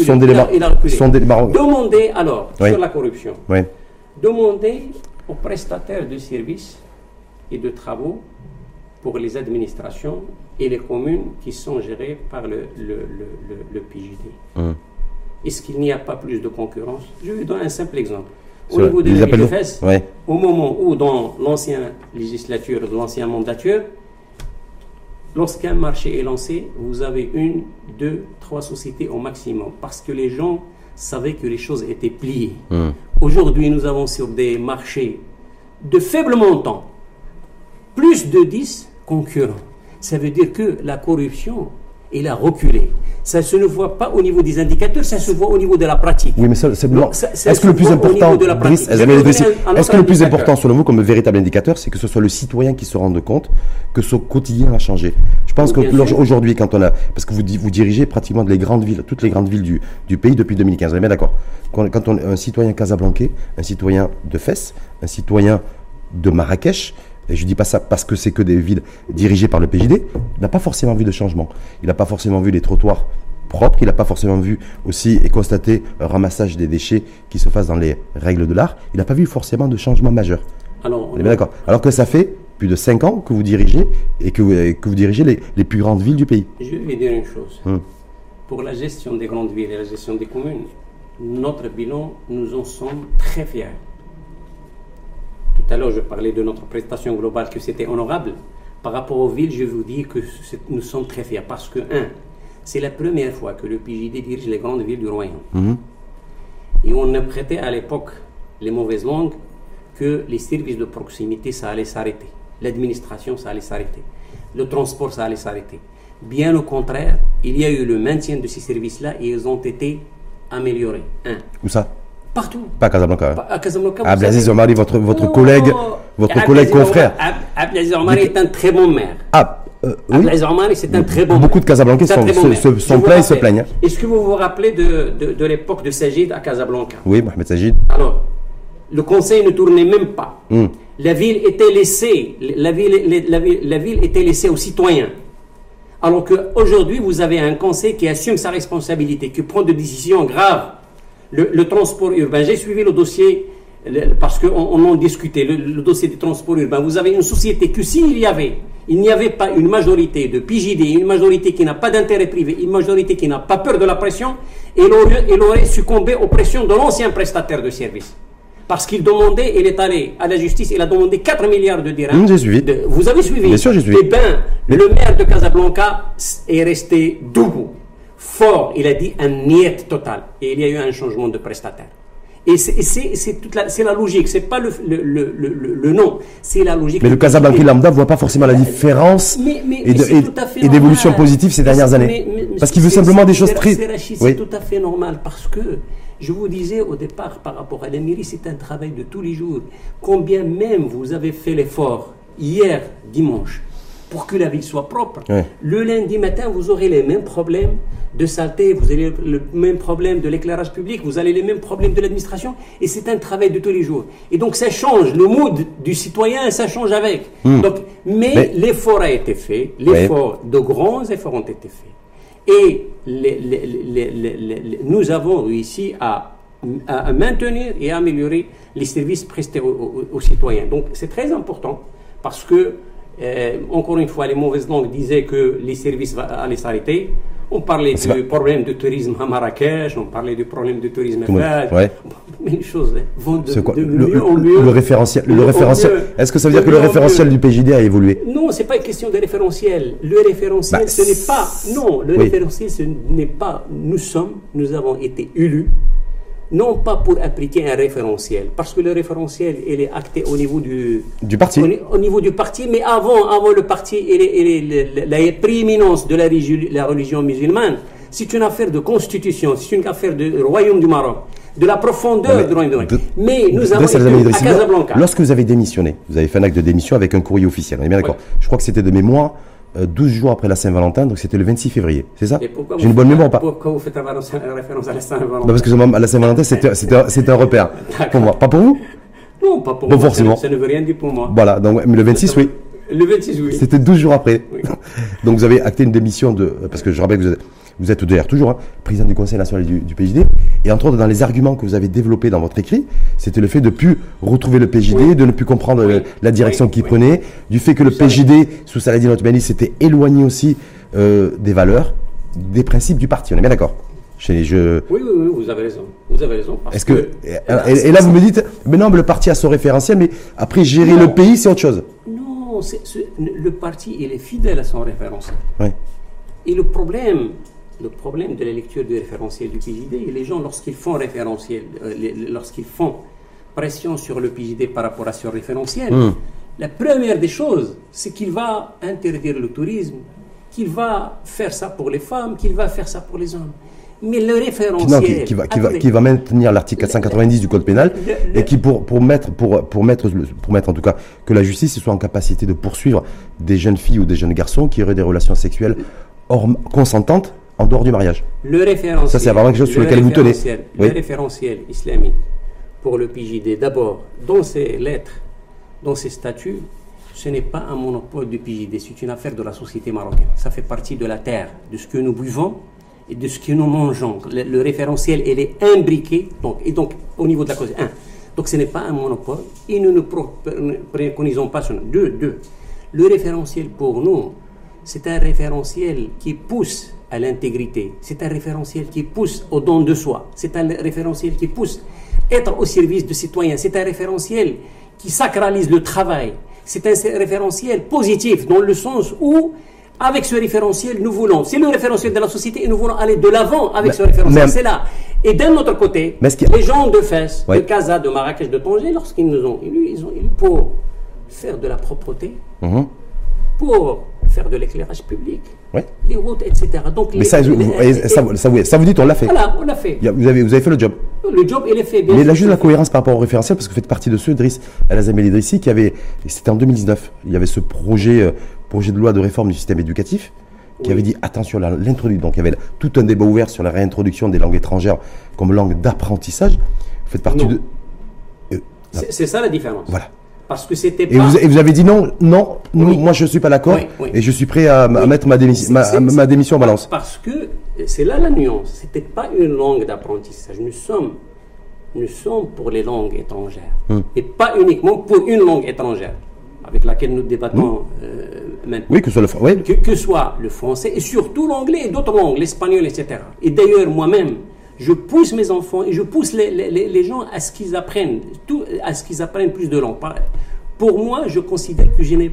Demandez alors, sur la corruption, demandez aux prestataires de services et de travaux pour les administrations et les communes qui sont gérées par le PJD. Est-ce qu'il n'y a pas plus de concurrence? Je vais vous donner un simple exemple. au niveau de la FS, au moment où dans l'ancienne législature, l'ancienne mandature, lorsqu'un marché est lancé, vous avez 1, 2, 3 sociétés au maximum, parce que les gens savaient que les choses étaient pliées. Aujourd'hui, nous avons sur des marchés de faible montant, plus de 10 concurrents. Ça veut dire que la corruption, elle a reculé. Ça ne se voit pas au niveau des indicateurs, ça se voit au niveau de la pratique. Oui, mais est-ce que le plus important, est-ce que le plus important selon vous comme véritable indicateur, c'est que ce soit le citoyen qui se rende compte que son quotidien a changé? Je pense qu'aujourd'hui, quand on a, parce que vous dirigez pratiquement les grandes villes, toutes les grandes villes du pays depuis 2015, on est bien d'accord. Quand on est un citoyen casablancais, un citoyen de Fès, un citoyen de Marrakech, et je ne dis pas ça parce que c'est que des villes dirigées par le PJD, il n'a pas forcément vu de changement. Il n'a pas forcément vu les trottoirs propres, il n'a pas forcément vu aussi et constaté un ramassage des déchets qui se fasse dans les règles de l'art. Il n'a pas vu forcément de changement majeur. On est bien d'accord. Alors que ça fait plus de 5 ans que vous dirigez et que vous dirigez les plus grandes villes du pays. Je vais dire une chose. Pour la gestion des grandes villes et la gestion des communes, notre bilan, nous en sommes très fiers. Tout à l'heure, je parlais de notre prestation globale, que c'était honorable. Par rapport aux villes, je vous dis que nous sommes très fiers. Parce que, c'est la première fois que le PJD dirige les grandes villes du royaume. Et on a prêté à l'époque les mauvaises langues que les services de proximité, ça allait s'arrêter. L'administration, ça allait s'arrêter. Le transport, ça allait s'arrêter. Bien au contraire, il y a eu le maintien de ces services-là et ils ont été améliorés. Où ça? Partout. Pas à Casablanca. À Casablanca. Abdelaziz Omari, votre collègue, confrère. Abdelaziz Omari est un très bon maire. Oui. Abdelaziz Omari, c'est un très bon maire. Beaucoup de Casablancais sont pleins et se plaignent. Est-ce que vous vous rappelez de l'époque de Sajid à Casablanca? Oui, Mohamed Sajid. Alors, le conseil ne tournait même pas. La ville était laissée, la ville était laissée aux citoyens. Alors qu'aujourd'hui, vous avez un conseil qui assume sa responsabilité, qui prend des décisions graves. Le transport urbain, j'ai suivi le dossier parce qu'on en discutait, le dossier du transport urbain. Vous avez une société que s'il n'y avait pas une majorité de PJD, une majorité qui n'a pas d'intérêt privé, une majorité qui n'a pas peur de la pression, elle aurait succombé aux pressions de l'ancien prestataire de service. Parce qu'il demandait, il est allé à la justice, il a demandé 4 milliards de dirhams. J'ai suivi. Vous avez suivi? Bien sûr, j'ai suivi. Eh bien, le maire de Casablanca est resté debout. Fort, il a dit un niet total. Et il y a eu un changement de prestataire. Et c'est la logique, c'est pas le nom, c'est la logique. Mais le Casablanca lambda ne voit pas forcément la différence et d'évolution positive ces dernières années. Parce qu'il veut simplement des choses très... C'est tout à fait normal parce que, je vous disais au départ par rapport à la mairie, c'est un travail de tous les jours. Combien même vous avez fait l'effort hier, dimanche, pour que la ville soit propre. Le lundi matin, vous aurez les mêmes problèmes de saleté, vous avez le même problème de l'éclairage public, vous avez les mêmes problèmes de l'administration, et c'est un travail de tous les jours. Et donc ça change, le mood du citoyen, ça change avec. Donc, mais l'effort a été fait, de grands efforts ont été faits. Et nous avons réussi à maintenir et à améliorer les services prestés aux citoyens. Donc c'est très important, parce que encore une fois, les mauvaises langues disaient que les services allaient s'arrêter. On parlait du problème de tourisme à Marrakech, on parlait du problème de tourisme à Fès. Mais les choses vont de mieux en mieux. Le référentiel. Est-ce que ça veut dire que le référentiel du PJD a évolué? Non, ce n'est pas une question de référentiel. Le référentiel, ce n'est pas... Non, le référentiel, ce n'est pas... Nous avons été élus, non pas pour appliquer un référentiel, parce que le référentiel, il est acté au niveau du parti. Au niveau du parti, mais avant le parti, la prééminence de la religion musulmane, c'est une affaire de constitution, c'est une affaire du royaume du Maroc, de la profondeur du royaume du Maroc. Mais nous avons été à Casablanca. Lorsque vous avez démissionné, vous avez fait un acte de démission avec un courrier officiel, on est bien d'accord. Je crois que c'était de mémoire 12 jours après la Saint-Valentin, donc c'était le 26 février, c'est ça? J'ai une bonne mémoire ou pas? Pourquoi vous faites référence à la Saint-Valentin? Parce que à la Saint-Valentin, c'était un repère. Pour moi. Pas pour vous? Non, pas pour moi. Forcément. Ça ne veut rien dire pour moi. Voilà, donc mais le 26, oui. Le 26, oui. C'était 12 jours après. Oui. Donc vous avez acté une démission parce que je rappelle que vous êtes d'ailleurs toujours président du Conseil national du PJD. Et entre autres, dans les arguments que vous avez développés dans votre écrit, c'était le fait de ne plus retrouver le PJD, de ne plus comprendre la direction qu'il prenait, du fait que le PJD, sous Saladin Othmani, s'était éloigné aussi des valeurs, des principes du parti. On est bien d'accord? Oui, vous avez raison. Vous avez raison. Et là, vous me dites, mais non, mais le parti a son référentiel, mais après, gérer le pays, c'est autre chose. Non, le parti, il est fidèle à son référentiel. Oui. Et le problème de la lecture du référentiel du PJD, les gens, lorsqu'ils font référentiel, lorsqu'ils font pression sur le PJD par rapport à ce référentiel, la première des choses, c'est qu'il va interdire le tourisme, qu'il va faire ça pour les femmes, qu'il va faire ça pour les hommes. Mais le référentiel... Qui va maintenir l'article 490 du Code pénal et qui, pour mettre en tout cas que la justice soit en capacité de poursuivre des jeunes filles ou des jeunes garçons qui auraient des relations sexuelles consentantes en dehors du mariage. Le référentiel... Ça, c'est vraiment quelque chose sur lequel vous tenez. Le référentiel islamique pour le PJD, d'abord, dans ses lettres, dans ses statuts, ce n'est pas un monopole du PJD, c'est une affaire de la société marocaine. Ça fait partie de la terre, de ce que nous buvons et de ce que nous mangeons. Le référentiel, il est imbriqué, et donc au niveau de la cause. Donc ce n'est pas un monopole et nous ne préconisons pas cela. Deux, le référentiel pour nous, c'est un référentiel qui pousse à l'intégrité, c'est un référentiel qui pousse au don de soi, c'est un référentiel qui pousse être au service de citoyens, c'est un référentiel qui sacralise le travail, c'est un référentiel positif dans le sens où avec ce référentiel, nous voulons, c'est le référentiel de la société et nous voulons aller de l'avant avec ce référentiel, c'est là. Et d'un autre côté, les gens de Fès, de Casa, de Marrakech, de Tanger, lorsqu'ils nous ont élus, ils ont élus pour faire de la propreté, pour faire de l'éclairage public, les routes, etc. Donc, mais ça vous dit, on l'a fait. Voilà, on l'a fait. Vous avez fait le job. Le job, il est fait. Mais là, juste la cohérence par rapport au référentiel, parce que vous faites partie de ceux, Driss El Azami El Idrissi, c'était en 2019, il y avait ce projet de loi de réforme du système éducatif qui avait dit attention à l'introduction. Donc il y avait tout un débat ouvert sur la réintroduction des langues étrangères comme langue d'apprentissage. Vous faites partie de. C'est ça la différence. Voilà. Parce que c'était et vous avez dit non, moi je ne suis pas d'accord et je suis prêt à mettre ma démission en balance. Parce que c'est là la nuance. Ce n'était pas une langue d'apprentissage. Nous sommes pour les langues étrangères et pas uniquement pour une langue étrangère avec laquelle nous débattons maintenant. Oui, que soit le français et surtout l'anglais et d'autres langues, l'espagnol, etc. Et d'ailleurs, moi-même, je pousse mes enfants et je pousse les gens à ce qu'ils apprennent, plus de langues. Pour moi, je considère que je n'ai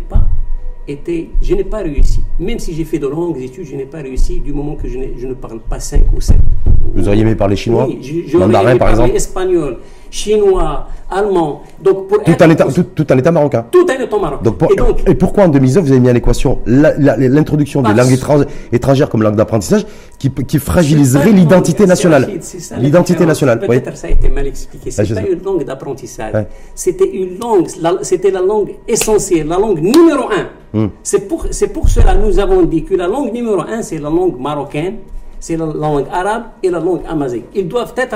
pas réussi. Même si j'ai fait de longues études, je n'ai pas réussi du moment que je ne parle pas 5 ou 7. Vous auriez aimé parler chinois? Oui, j'aurais aimé parler espagnol, chinois, allemand. Donc tout un État marocain. Tout un État marocain. Et pourquoi en 2019 vous avez mis à l'équation l'introduction des langues étrangères comme langue d'apprentissage qui fragiliserait l'identité nationale? L'identité nationale. Peut-être ça a été mal expliqué. C'est pas une langue d'apprentissage. C'était une langue. C'était la langue essentielle, la langue numéro 1. C'est pour cela que nous avons dit que la langue numéro 1 c'est la langue marocaine. C'est la langue arabe et la langue amazigh. Ils doivent être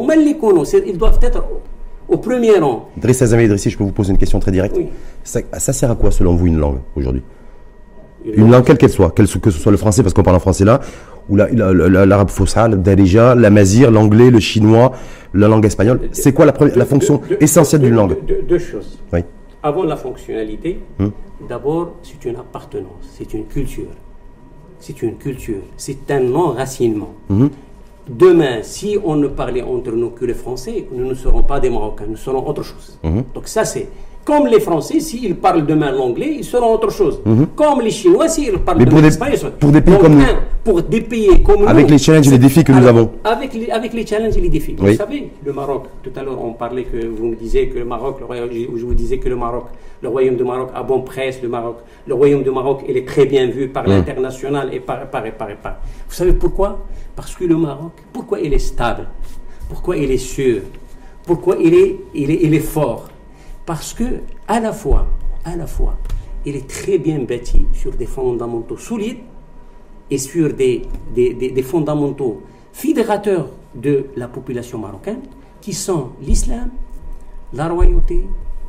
au premier rang. Driss El Azami El Idrissi, je peux vous poser une question très directe. Oui. Ça sert à quoi, selon vous, une langue aujourd'hui? Une langue, quelle qu'elle soit, que ce soit le français, parce qu'on parle en français là, ou l'arabe fosha, le darija, l'amazigh, l'anglais, le chinois, la langue espagnole. C'est quoi la fonction essentielle d'une langue? Deux choses. Oui. Avant la fonctionnalité, d'abord, c'est une appartenance, c'est une culture. C'est un enracinement. Demain, si on ne parlait entre nous que le français, nous ne serons pas des Marocains, nous serons autre chose. Donc ça c'est, comme les Français, s'ils parlent demain l'anglais, ils seront autre chose. Comme les Chinois, s'ils parlent demain l'espagnol, pour des pays comme nous. Pour des pays comme nous. Avec les challenges et les défis que nous avons. Avec les challenges et les défis. Vous savez, le Maroc, tout à l'heure on parlait que vous me disiez que le Maroc, je vous disais que le Royaume du Maroc a bonne presse, le Royaume du Maroc, il est très bien vu par l'international et par. Vous savez pourquoi? Parce que le Maroc, pourquoi il est stable? Pourquoi il est sûr? Pourquoi il est fort? Parce que, à la fois, il est très bien bâti sur des fondamentaux solides et sur des fondamentaux fédérateurs de la population marocaine, qui sont l'islam, la royauté,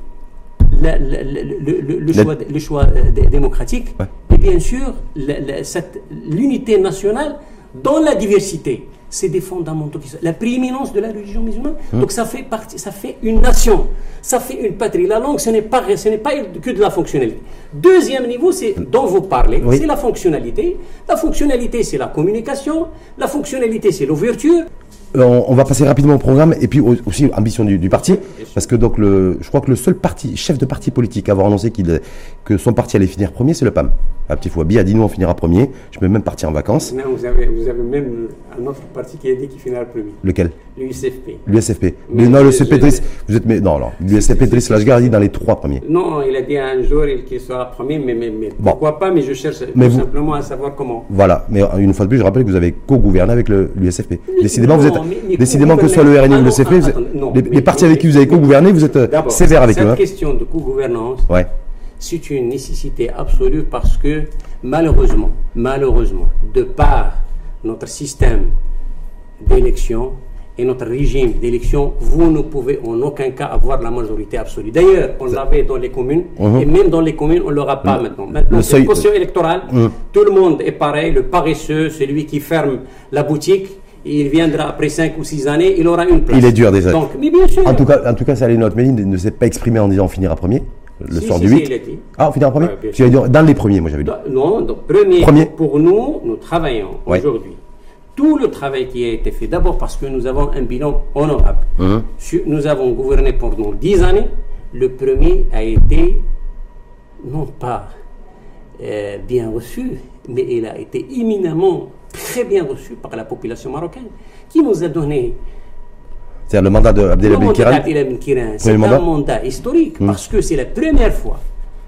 le choix démocratique, et bien sûr l'unité nationale dans la diversité. c'est des fondamentaux qui sont la prééminence de la religion musulmane. Donc ça fait partie, ça fait une nation, ça fait une patrie. La langue, ce n'est pas que de la fonctionnalité. Deuxième niveau, c'est dont vous parlez, c'est la fonctionnalité. La fonctionnalité, c'est la communication. La fonctionnalité, c'est l'ouverture. On va passer rapidement au programme et puis aussi ambition du parti, parce que donc je crois que le seul chef de parti politique à avoir annoncé que son parti allait finir premier, c'est le PAM. Petit Fouabi a dit nous on finira premier, je peux même partir en vacances. Non, vous avez même un autre parti qui a dit qu'il finira premier. Lequel? L'USFP. L'USFP. Mais non, l'USFP, vous êtes non, l'USFP Driss Lajgar a dit dans les 3 premiers. Non, il a dit un jour qu'il sera premier, mais pourquoi pas, mais je cherche simplement à savoir comment. Voilà, mais une fois de plus, je rappelle que vous avez co-gouverné avec l'USFP. Décidément, vous êtes. Décidément, que ce soit le RNI ou le CFP, les partis avec qui vous avez co-gouverné, vous êtes sévère avec eux. Cette question de co-gouvernance, c'est une nécessité absolue parce que malheureusement, de par notre système d'élection et notre régime d'élection, vous ne pouvez en aucun cas avoir la majorité absolue. D'ailleurs, on l'avait dans les communes, et même dans les communes, on ne l'aura pas maintenant. Maintenant, c'est une caution électorale, tout le monde est pareil, le paresseux, celui qui ferme la boutique, il viendra après 5 ou 6 années, il aura une place. Il est dur déjà. Donc, mais bien sûr. En tout cas, Saleh Notmeni ne s'est pas exprimé en disant on finira premier. Le soir du 8. Il a dit. Ah, on finira premier. Dans les premiers, moi j'avais dit. Non, donc premier. Pour nous travaillons aujourd'hui. Tout le travail qui a été fait, d'abord parce que nous avons un bilan honorable. Nous avons gouverné pendant 10 années. Le premier a été, non pas bien reçu, mais il a été éminemment très bien reçu par la population marocaine, qui nous a donné. C'est-à-dire le mandat d'Abdelhamid Kiran. C'est un mandat historique, parce que c'est la première fois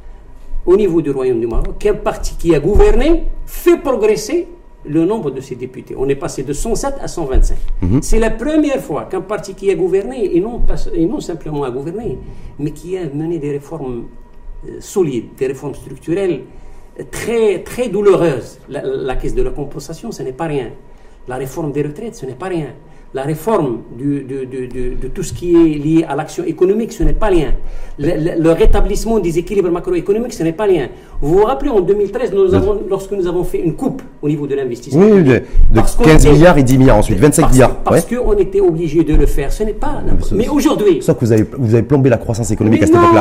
au niveau du Royaume du Maroc qu'un parti qui a gouverné fait progresser le nombre de ses députés. On est passé de 107 à 125. C'est la première fois qu'un parti qui a gouverné, et non simplement a gouverné, mais qui a mené des réformes solides, des réformes structurelles très, très douloureuses. La caisse de la compensation, ce n'est pas rien. La réforme des retraites, ce n'est pas rien. La réforme de tout ce qui est lié à l'action économique, ce n'est pas rien. Le rétablissement des équilibres macroéconomiques, ce n'est pas rien. Vous vous rappelez, en 2013, lorsque nous avons fait une coupe au niveau de l'investissement. Oui, de 15 milliards et 10 milliards ensuite, 25 milliards. Parce qu'on était obligé de le faire. Ce n'est pas. Mais aujourd'hui. Sauf que vous avez plombé la croissance économique à cette époque-là.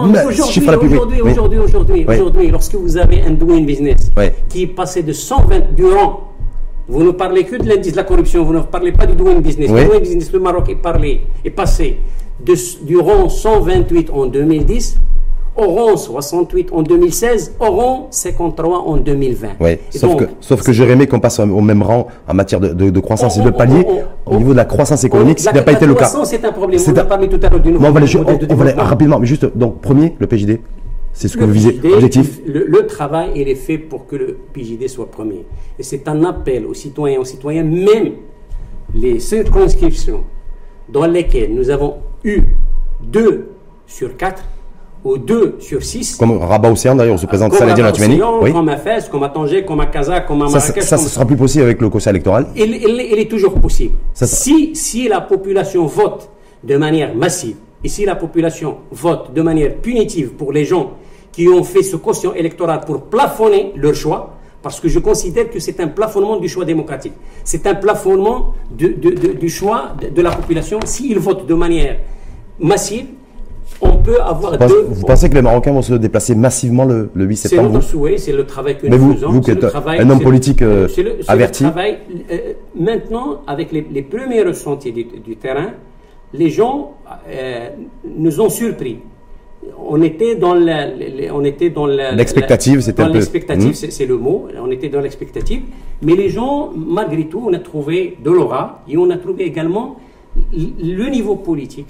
Aujourd'hui, lorsque vous avez un doing business qui est passé de 120 durant. Vous ne parlez que de l'indice de la corruption, vous ne parlez pas du doing business. Le doing business, le Maroc est passé du rang 128 en 2010 au rang 68 en 2016, au rang 53 en 2020. Sauf que j'aurais aimé qu'on passe au même rang en matière de croissance et de palier. Au niveau de la croissance économique, ce n'a pas été le cas. La croissance, c'est un problème. On a parlé tout à l'heure du nouveau modèle de développement. Rapidement, mais juste, donc, premier, le PJD. C'est ce que vous visez, objectif. Le travail, il est fait pour que le PJD soit premier. Et c'est un appel aux citoyens, même les circonscriptions dans lesquelles nous avons eu 2 sur 4 ou 2 sur 6. Comme Rabat-Océan, d'ailleurs, on se présente Saladin Notmeni. Comme à Fès, comme à Tanger, comme à Casa, comme à Marrakech. Ça sera plus possible avec le conseil électoral. Il est toujours possible. Si la population vote de manière massive, et si la population vote de manière punitive pour les gens qui ont fait ce quotient électoral pour plafonner leur choix, parce que je considère que c'est un plafonnement du choix démocratique. C'est un plafonnement du choix de la population. S'ils votent de manière massive, on peut avoir Vous pensez que les Marocains vont se déplacer massivement le 8 septembre? C'est notre souhait, c'est le travail que nous faisons. Vous qui êtes un homme politique averti. Maintenant, avec les premiers ressentis du terrain, les gens nous ont surpris. On était dans l'expectative, c'était un peu. L'expectative, c'est le mot. On était dans l'expectative, mais les gens, malgré tout, on a trouvé de l'aura et on a trouvé également le niveau politique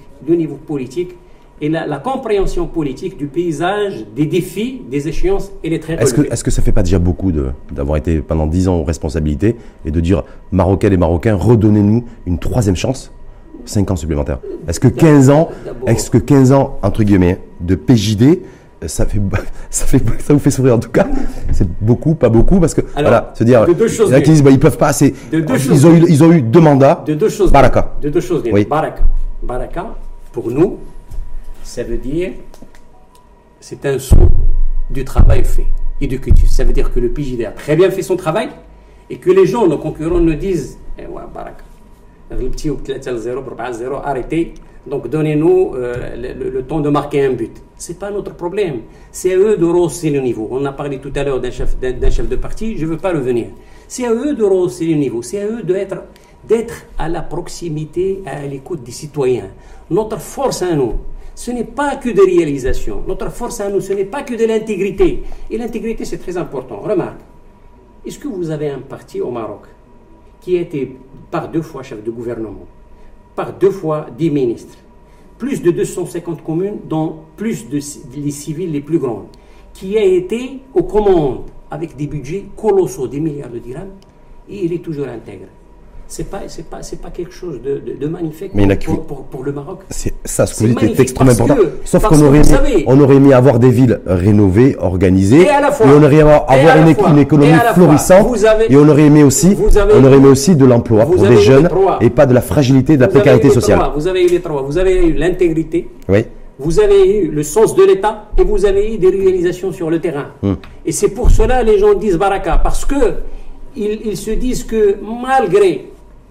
et la compréhension politique du paysage, des défis, des échéances et des traits relevés. Est-ce que ça ne fait pas déjà beaucoup d'avoir été pendant 10 ans aux responsabilités et de dire Marocaines et Marocains, redonnez-nous une 3e chance? 5 ans supplémentaires. Est-ce que 15 ans, entre guillemets, de PJD, ça vous fait sourire en tout cas? C'est beaucoup, pas beaucoup, parce que, se dire, il y en a qui disent, ils peuvent pas assez. Ils ont eu 2 mandats. De 2 choses. Baraka. De 2 choses. Baraka, pour nous, ça veut dire, c'est un saut du travail fait et du culture. Ça veut dire que le PJD a très bien fait son travail et que les gens, nos concurrents, nous disent, Et ouais, Baraka. Le petit ou 3-0, 4-0, arrêtez. Donc donnez-nous le temps de marquer un but. Ce n'est pas notre problème. C'est à eux de rehausser le niveau. On a parlé tout à l'heure d'un chef de parti, je ne veux pas revenir. C'est à eux de rehausser le niveau. C'est à eux d'être à la proximité, à l'écoute des citoyens. Notre force à nous, ce n'est pas que de réalisation. Notre force à nous, ce n'est pas que de l'intégrité. Et l'intégrité, c'est très important. Remarque, est-ce que vous avez un parti au Maroc qui a été par 2 fois chef de gouvernement, par 2 fois 10 ministres, plus de 250 communes, dont plus de les civils les plus grandes, qui a été aux commandes avec des budgets colossaux, des milliards de dirhams, et il est toujours intègre. C'est pas quelque chose de magnifique pour le Maroc. Ça, ce que vous dites est extrêmement important. Sauf qu'on aurait aimé avoir des villes rénovées, organisées, et on aurait aimé avoir une économie florissante, et on aurait aimé aussi de l'emploi pour des jeunes, et pas de la fragilité, de la précarité sociale. Vous avez eu les 3. Vous avez eu l'intégrité. Oui. Vous avez eu le sens de l'État et vous avez eu des réalisations sur le terrain. Et c'est pour cela que les gens disent Baraka, parce que ils se disent que malgré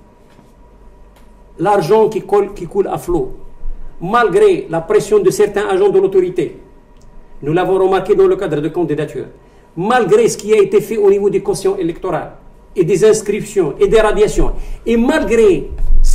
l'argent qui coule à flot, malgré la pression de certains agents de l'autorité, nous l'avons remarqué dans le cadre de candidature, malgré ce qui a été fait au niveau des cautions électorales et des inscriptions et des radiations, et malgré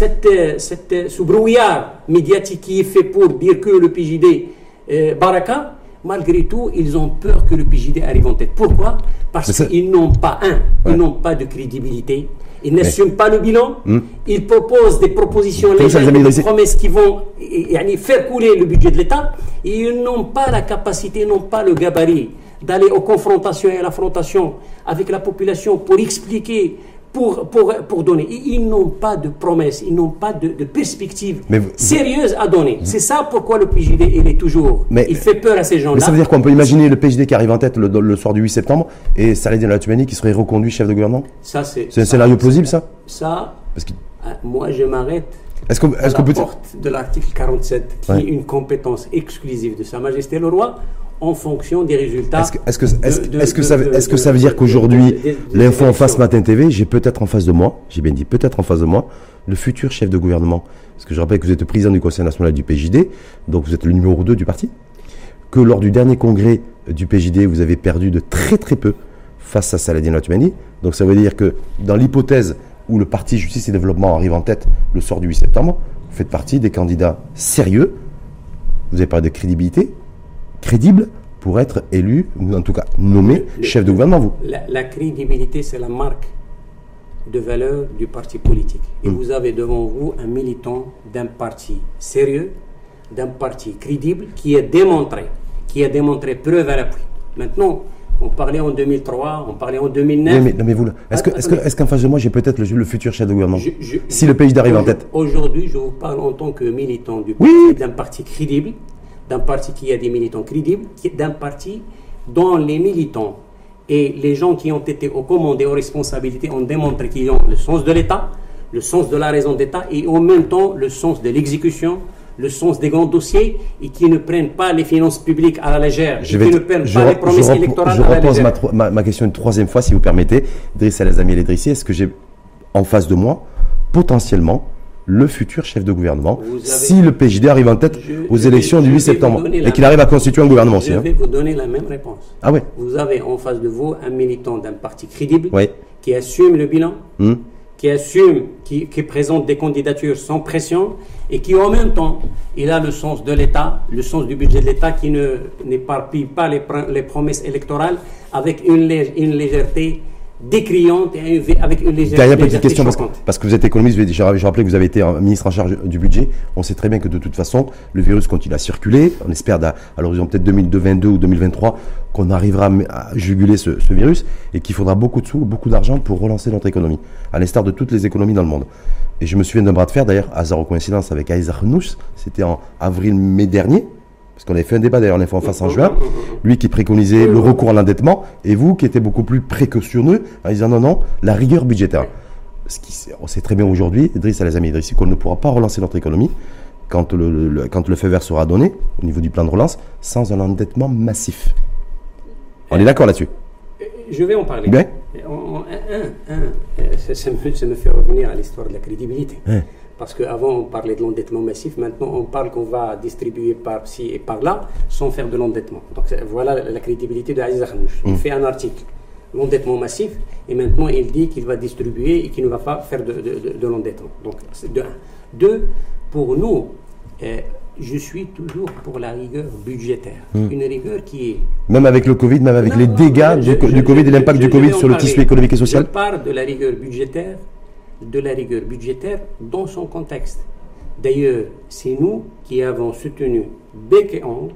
ce brouillard médiatique qui est fait pour dire que le PJD Baraka, malgré tout, ils ont peur que le PJD arrive en tête. Pourquoi? Parce qu'ils n'ont pas ils n'ont pas de crédibilité. Ils n'assument pas le bilan. Ils proposent des propositions légères, des promesses qui vont faire couler le budget de l'État. Et ils n'ont pas la capacité, n'ont pas le gabarit d'aller aux confrontations et à l'affrontation avec la population pour expliquer, pour donner. Ils n'ont pas de promesses, ils n'ont pas de perspective sérieuse à donner. C'est ça pourquoi le PJD, il fait peur à ces gens-là. Mais ça veut dire qu'on peut imaginer le PJD qui arrive en tête le soir du 8 septembre et Saladin Al-Toumani qui serait reconduit chef de gouvernement. C'est un scénario plausible, ça? Moi, je m'arrête à la porte de l'article 47, qui est une compétence exclusive de Sa Majesté le Roi, en fonction des résultats. Est-ce que ça veut dire qu'aujourd'hui, l'info en face Matin TV, j'ai peut-être en face de moi, j'ai bien dit peut-être en face de moi, le futur chef de gouvernement? Parce que je rappelle que vous êtes président du Conseil national du PJD, donc vous êtes le numéro 2 du parti, que lors du dernier congrès du PJD, vous avez perdu de très très peu face à Saladin Al-Toumani. Donc ça veut dire que dans l'hypothèse où le parti Justice et Développement arrive en tête le soir du 8 septembre, vous faites partie des candidats sérieux, vous avez parlé de crédibilité, crédible pour être élu, ou en tout cas nommé chef de gouvernement, vous. La crédibilité, c'est la marque de valeur du parti politique. Et vous avez devant vous un militant d'un parti sérieux, d'un parti crédible, qui a démontré preuve à l'appui. Maintenant, on parlait en 2003, on parlait en 2009. Mais vous, est-ce qu'en face de moi, j'ai peut-être le futur chef de gouvernement si le PJD arrive en tête? Aujourd'hui, je vous parle en tant que militant du parti, d'un parti crédible, d'un parti qui a des militants crédibles, d'un parti dont les militants et les gens qui ont été aux commandes et aux responsabilités ont démontré qu'ils ont le sens de l'État, le sens de la raison d'État et en même temps le sens de l'exécution, le sens des grands dossiers et qui ne prennent pas les finances publiques à la légère, qui ne prennent pas les promesses électorales à la légère. Je repose ma question une troisième fois, si vous permettez. Driss El Azami El Idrissi, est-ce que j'ai en face de moi potentiellement le futur chef de gouvernement si le PJD arrive en tête aux élections du 8 septembre et qu'il arrive à constituer un gouvernement aussi? Je vais vous donner la même réponse. Ah ouais. Vous avez en face de vous un militant d'un parti crédible qui assume le bilan, qui présente des candidatures sans pression et qui en même temps, il a le sens de l'État, le sens du budget de l'État qui n'éparpille pas les promesses électorales avec une légèreté décriante et avec une légèreté. Dernière petite question, parce que vous êtes économiste, je rappelle que vous avez été ministre en charge du budget. On sait très bien que de toute façon, le virus continue à circuler. On espère à l'horizon peut-être 2022 ou 2023 qu'on arrivera à juguler ce virus et qu'il faudra beaucoup de sous, beaucoup d'argent pour relancer notre économie, à l'instar de toutes les économies dans le monde. Et je me souviens d'un bras de fer, d'ailleurs, hasard ou coïncidence, avec Aïssa Renous, c'était en avril-mai dernier, parce qu'on avait fait un débat d'ailleurs, l'info en face en juin, lui qui préconisait le recours à l'endettement, et vous qui étiez beaucoup plus précautionneux en disant non, la rigueur budgétaire. On sait très bien aujourd'hui, Driss El Azami El Idrissi, qu'on ne pourra pas relancer notre économie quand le feu vert sera donné, au niveau du plan de relance, sans un endettement massif. On est d'accord là-dessus? Je vais en parler. Bien. Ça me fait revenir à l'histoire de la crédibilité. Parce qu'avant, on parlait de l'endettement massif. Maintenant, on parle qu'on va distribuer par-ci et par-là sans faire de l'endettement. Donc, voilà la crédibilité de Aziz Akhannouch. Il fait un article, l'endettement massif, et maintenant, il dit qu'il va distribuer et qu'il ne va pas faire de l'endettement. Donc, c'est de un. Deux, pour nous, je suis toujours pour la rigueur budgétaire. Une rigueur qui est... Même avec le Covid, même avec les dégâts du Covid et l'impact du Covid sur le tissu économique et social. Je parle de la rigueur budgétaire, dans son contexte. D'ailleurs, c'est nous qui avons soutenu bec et ongle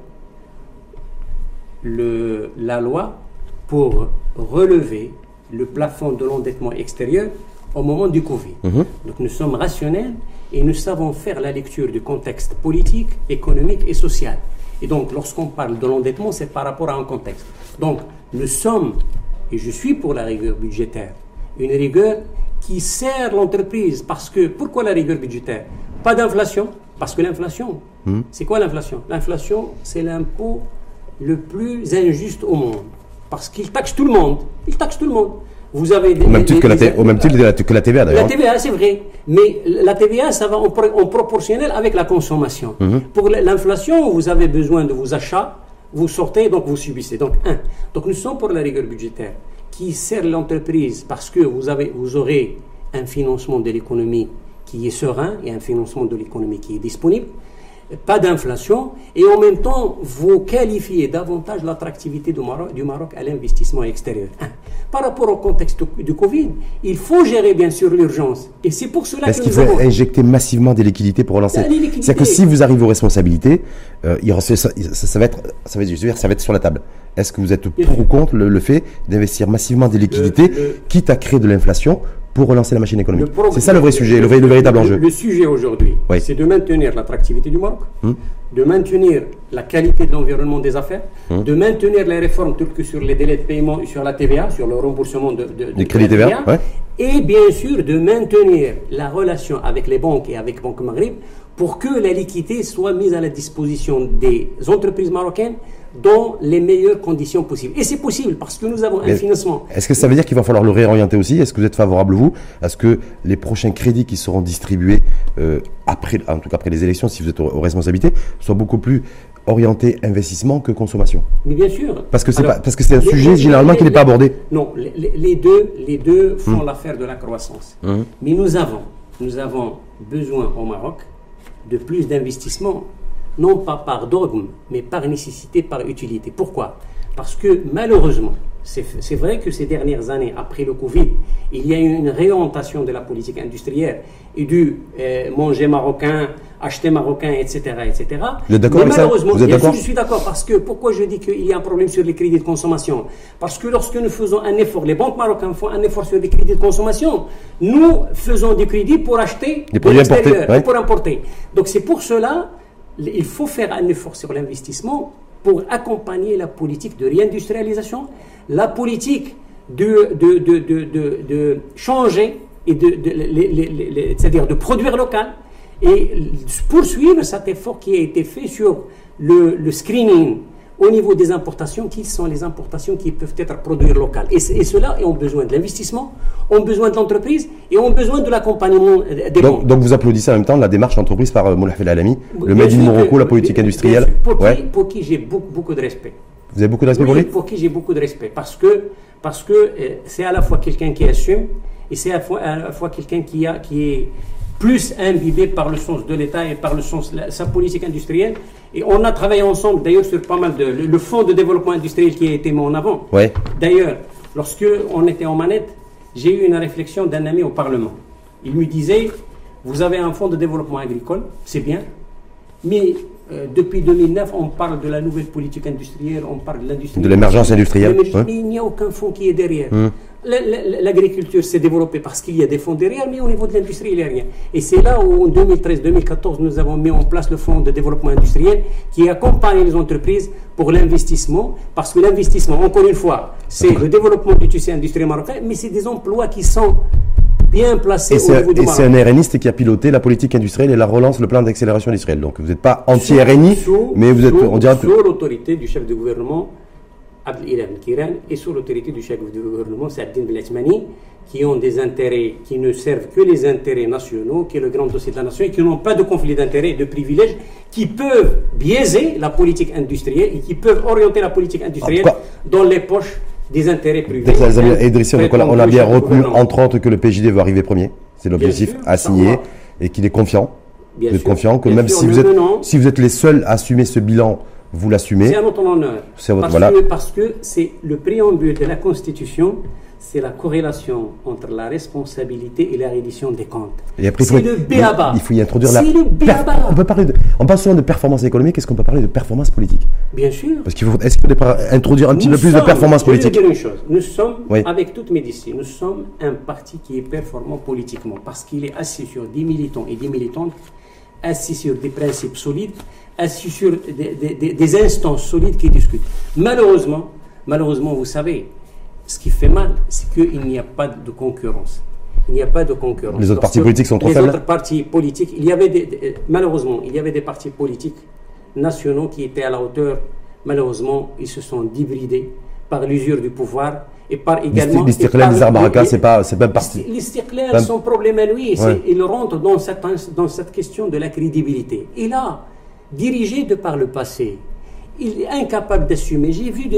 la loi pour relever le plafond de l'endettement extérieur au moment du Covid. Donc nous sommes rationnels et nous savons faire la lecture du contexte politique, économique et social. Et donc lorsqu'on parle de l'endettement, c'est par rapport à un contexte. Donc nous sommes, et je suis pour la rigueur budgétaire, une rigueur qui sert l'entreprise. Parce que, pourquoi la rigueur budgétaire? Pas d'inflation, parce que l'inflation, c'est quoi l'inflation? L'inflation, c'est l'impôt le plus injuste au monde. Parce qu'il taxe tout le monde. Vous avez au même titre que la TVA d'ailleurs. La TVA, c'est vrai. Mais la TVA, ça va en proportionnel avec la consommation. Pour l'inflation, vous avez besoin de vos achats, vous sortez, donc vous subissez. Donc nous sommes pour la rigueur budgétaire qui sert l'entreprise parce que vous aurez un financement de l'économie qui est serein et un financement de l'économie qui est disponible. Pas d'inflation, et en même temps, vous qualifiez davantage l'attractivité du Maroc à l'investissement extérieur. Par rapport au contexte du Covid, il faut gérer bien sûr l'urgence. Et c'est pour cela Est-ce qu'il faut injecter massivement des liquidités pour relancer? C'est-à-dire que si vous arrivez aux responsabilités, ça va être sur la table. Est-ce que vous êtes pour ou contre le fait d'investir massivement des liquidités, quitte à créer de l'inflation pour relancer la machine économique? C'est ça le vrai sujet, le véritable enjeu. Le sujet aujourd'hui, c'est de maintenir l'attractivité du Maroc, de maintenir la qualité de l'environnement des affaires, de maintenir les réformes telles que sur les délais de paiement et sur la TVA, sur le remboursement des crédits TVA, et bien sûr de maintenir la relation avec les banques et avec Banque Maghreb pour que la liquidité soit mise à la disposition des entreprises marocaines dans les meilleures conditions possibles. Et c'est possible parce que nous avons un financement. Est-ce que ça veut dire qu'il va falloir le réorienter aussi? Est-ce que vous êtes favorable, vous, à ce que les prochains crédits qui seront distribués en tout cas après les élections, si vous êtes aux responsabilités, soient beaucoup plus orientés investissement que consommation? Mais bien sûr. Parce que c'est un sujet généralement qui n'est pas abordé. Non, les deux font l'affaire de la croissance. Mais nous avons besoin au Maroc de plus d'investissements, non pas par dogme, mais par nécessité, par utilité. Pourquoi? Parce que malheureusement, c'est vrai que ces dernières années, après le Covid, il y a eu une réorientation de la politique industrielle et du manger marocain, acheter marocain, etc. Vous êtes d'accord avec ça? Vous êtes d'accord? Je suis d'accord, parce que pourquoi je dis qu'il y a un problème sur les crédits de consommation? Parce que lorsque nous faisons un effort, les banques marocaines font un effort sur les crédits de consommation, nous faisons des crédits pour acheter des produits importés, pour importer. Donc c'est pour cela il faut faire un effort sur l'investissement pour accompagner la politique de réindustrialisation, la politique de changer, et c'est-à-dire de produire local, et poursuivre cet effort qui a été fait sur le screening au niveau des importations, qui sont les importations qui peuvent être produites locales. Et ceux-là ont besoin de l'investissement, ont besoin de l'entreprise et ont besoin de l'accompagnement des banques. Donc vous applaudissez en même temps la démarche entreprise par Moulay Hafel Alami, le Made in Morocco, la politique industrielle. Pour qui j'ai beaucoup de respect. Vous avez beaucoup de respect pour lui? Pour qui j'ai beaucoup de respect. Parce que c'est à la fois quelqu'un qui assume et c'est à la fois quelqu'un qui est plus imbibé par le sens de l'État et par le sens de sa politique industrielle. Et on a travaillé ensemble, d'ailleurs, sur pas mal le fonds de développement industriel qui a été mis en avant. D'ailleurs, lorsque on était en manette, j'ai eu une réflexion d'un ami au Parlement. Il me disait, vous avez un fonds de développement agricole, c'est bien, mais depuis 2009, on parle de la nouvelle politique industrielle, on parle de l'industrie. De l'émergence industrielle. Mais il n'y a aucun fonds qui est derrière. L'agriculture s'est développée parce qu'il y a des fonds derrière, mais au niveau de l'industrie, il n'y a rien. Et c'est là où, en 2013-2014, nous avons mis en place le fonds de développement industriel qui accompagne les entreprises pour l'investissement, parce que l'investissement, encore une fois, c'est le développement du tissu industriel marocain, mais c'est des emplois qui sont bien placés au niveau du Maroc. Et c'est un RNiste qui a piloté la politique industrielle et la relance, le plan d'accélération industrielle. Donc vous n'êtes pas anti-RNI, mais vous êtes, on dirait... Sous l'autorité du chef de gouvernement, l'Iran et sous l'autorité du chef du gouvernement, Saadine Belatmani, qui ont des intérêts qui ne servent que les intérêts nationaux, qui est le grand dossier de la nation, et qui n'ont pas de conflit d'intérêts et de privilèges, qui peuvent biaiser la politique industrielle et qui peuvent orienter la politique industrielle dans les poches des intérêts privés. Idrissi, on a bien retenu entre autres que le PJD veut arriver premier, c'est l'objectif à signer, et qu'il est confiant. Vous êtes confiant que même si vous êtes les seuls à assumer ce bilan, vous l'assumez. C'est à notre honneur. Parce que c'est le préambule de la Constitution, c'est la corrélation entre la responsabilité et la reddition des comptes. C'est le B.A.B.A. Il faut y introduire on parle souvent de performance économique, est-ce qu'on peut parler de performance politique? Bien sûr. Est-ce qu'il faut introduire un petit peu plus de performance politique? Je vais dire une chose. Nous sommes, avec toute médecine, nous sommes un parti qui est performant politiquement parce qu'il est assis sur des militants et des militantes, assis sur des principes solides, assis sur des instances solides qui discutent. Malheureusement, vous savez, ce qui fait mal, c'est qu'il n'y a pas de concurrence. Il n'y a pas de concurrence. Les autres partis politiques sont trop faibles. Les autres partis politiques, malheureusement, il y avait des partis politiques nationaux qui étaient à la hauteur. Malheureusement, ils se sont débridés par l'usure du pouvoir et par également. L'Istiqlal, Nizar Baraka, c'est pas un parti. L'Istiqlal, son problème à lui, il rentre dans cette question de la crédibilité. Et là, dirigé de par le passé, il est incapable d'assumer. J'ai vu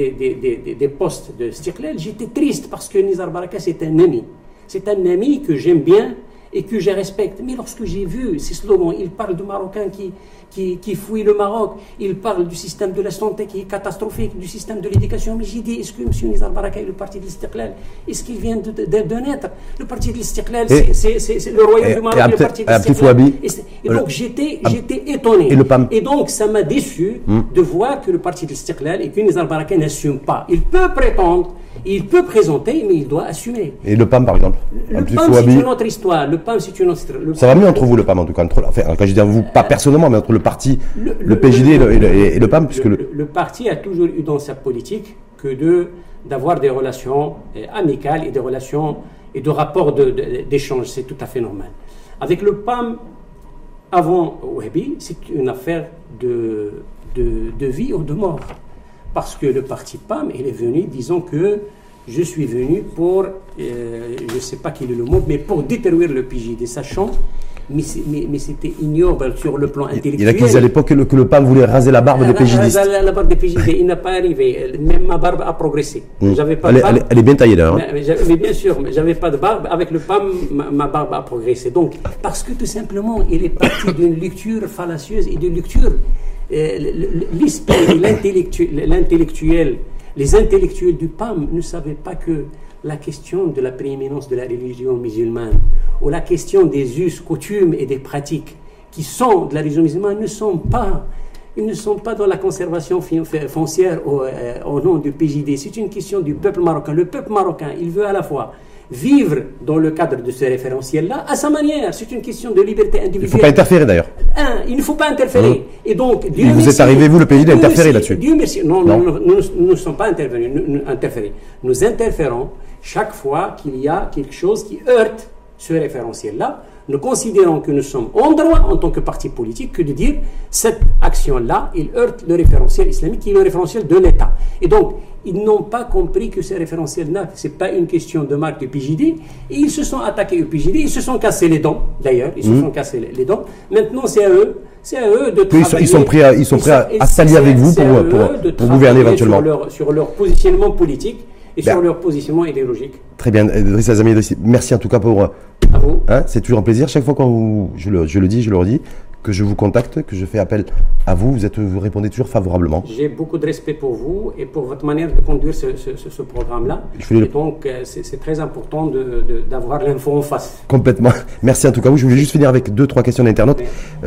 des postes de Istiqlal, j'étais triste parce que Nizar Baraka, c'est un ami. C'est un ami que j'aime bien et que je respecte. Mais lorsque j'ai vu ces slogans, il parle de Marocains qui fouillent le Maroc, il parle du système de la santé qui est catastrophique, du système de l'éducation. Mais j'ai dit, est-ce que M. Nizar Baraka est le parti de l'Istiqlal? Est-ce qu'il vient de naître? Le parti de l'Istiqlal, c'est le royaume du Maroc, le parti de l'Istiqlal. Et donc j'étais étonné. Et donc ça m'a déçu de voir que le parti de l'Istiqlal et que Nizar Baraka n'assume pas. Il peut prétendre, il peut présenter, mais il doit assumer. Et le PAM, par exemple? Le PAM, c'est une autre histoire. Le PAM, c'est une autre histoire. Ça va mieux entre vous, le PAM, en tout cas. Quand je dis vous, pas personnellement, mais entre le parti, le PJD et le PAM, puisque le parti a toujours eu dans sa politique que d'avoir des relations amicales et des relations et de rapports d'échange. C'est tout à fait normal. Avec le PAM, avant Wahhabi, c'est une affaire de vie ou de mort. Parce que le parti PAM, il est venu, disons que je suis venu pour, je ne sais pas quel est le mot, mais pour détruire le PJD, sachant, mais c'était ignoble sur le plan intellectuel. Il a accusé à l'époque que le PAM voulait raser la barbe des PJDistes. La barbe des PJD, il n'a pas arrivé. Même ma barbe a progressé. Elle est bien taillée d'ailleurs. Mais bien sûr, je n'avais pas de barbe. Avec le PAM, ma barbe a progressé. Donc, parce que tout simplement, il est parti d'une lecture fallacieuse et d'une lecture. L'esprit, l'intellectuel, les intellectuels du PAM ne savaient pas que la question de la prééminence de la religion musulmane ou la question des us, coutumes et des pratiques qui sont de la religion musulmane ils ne sont pas dans la conservation foncière au nom du PJD. C'est une question du peuple marocain. Le peuple marocain, il veut à la fois vivre dans le cadre de ce référentiel-là à sa manière. C'est une question de liberté individuelle. Il ne faut pas interférer d'ailleurs. Il ne faut pas interférer. Et donc, vous êtes arrivé, vous, le PJD, à interférer là-dessus. Dieu merci. Non, nous ne sommes pas intervenus. Nous interférons chaque fois qu'il y a quelque chose qui heurte ce référentiel-là. Nous considérons que nous sommes en droit, en tant que parti politique, que de dire cette action-là, il heurte le référentiel islamique, qui est le référentiel de l'État. Et donc, ils n'ont pas compris que ce référentiel-là, ce n'est pas une question de marque du PJD. Et ils se sont attaqués au PJD, ils se sont cassés les dents, d'ailleurs. Ils se sont cassés les dents. Maintenant, c'est à eux de travailler. Ils sont prêts à s'allier avec vous pour gouverner éventuellement. Sur leur positionnement politique et sur leur positionnement idéologique. Très bien, Driss El Azami, merci en tout cas pour... À vous. C'est toujours un plaisir. Chaque fois que je le dis, je le redis, que je vous contacte, que je fais appel à vous, vous répondez toujours favorablement. J'ai beaucoup de respect pour vous et pour votre manière de conduire ce programme-là. Et donc, c'est très important d'avoir l'info en face. Complètement. Merci en tout cas. Je voulais juste finir avec 2-3 questions d'internautes.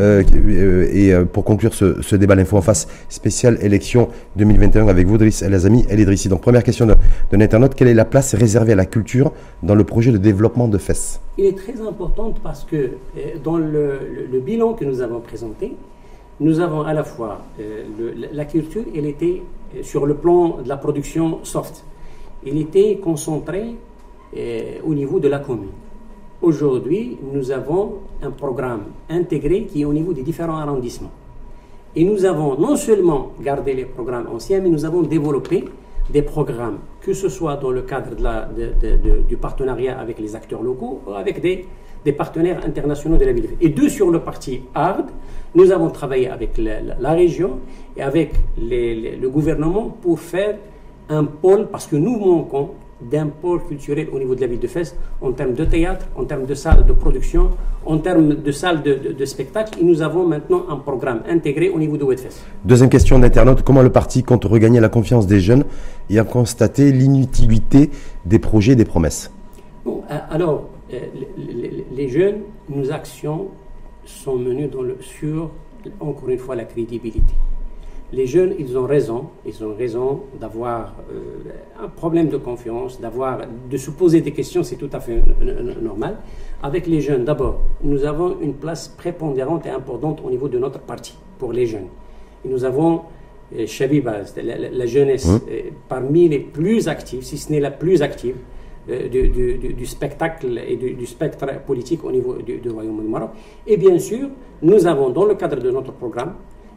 Et pour conclure ce débat l'info en face spécial élection 2021 avec vous, Driss El Azami, El Idrissi. Donc, première question d'un internaute. Quelle est la place réservée à la culture dans le projet de développement de Fès? Il est très important parce que dans le bilan que nous avons présenté, nous avons à la fois la culture, elle était sur le plan de la production soft. Elle était concentrée au niveau de la commune. Aujourd'hui, nous avons un programme intégré qui est au niveau des différents arrondissements. Et nous avons non seulement gardé les programmes anciens, mais nous avons développé des programmes, que ce soit dans le cadre du partenariat avec les acteurs locaux ou avec des partenaires internationaux de la ville. Et sur le parti hard, nous avons travaillé avec la région et avec le gouvernement pour faire un pôle, parce que nous manquons d'un pôle culturel au niveau de la ville de Fès, en termes de théâtre, en termes de salles de production, en termes de salles de spectacle. Et nous avons maintenant un programme intégré au niveau de Oued-Fès. Deuxième question d'internaute, comment le parti compte regagner la confiance des jeunes et a constaté l'inutilité des projets et des promesses? Bon, alors, les jeunes, nos actions sont menées sur, encore une fois, la crédibilité. Les jeunes, ils ont raison d'avoir un problème de confiance, de se poser des questions, c'est tout à fait normal. Avec les jeunes, d'abord, nous avons une place prépondérante et importante au niveau de notre parti, pour les jeunes. Et nous avons Chabiba, la jeunesse, parmi les plus actives, si ce n'est la plus active, du spectacle et du spectre politique au niveau du Royaume du Maroc. Et bien sûr, nous avons, dans le cadre de notre programme,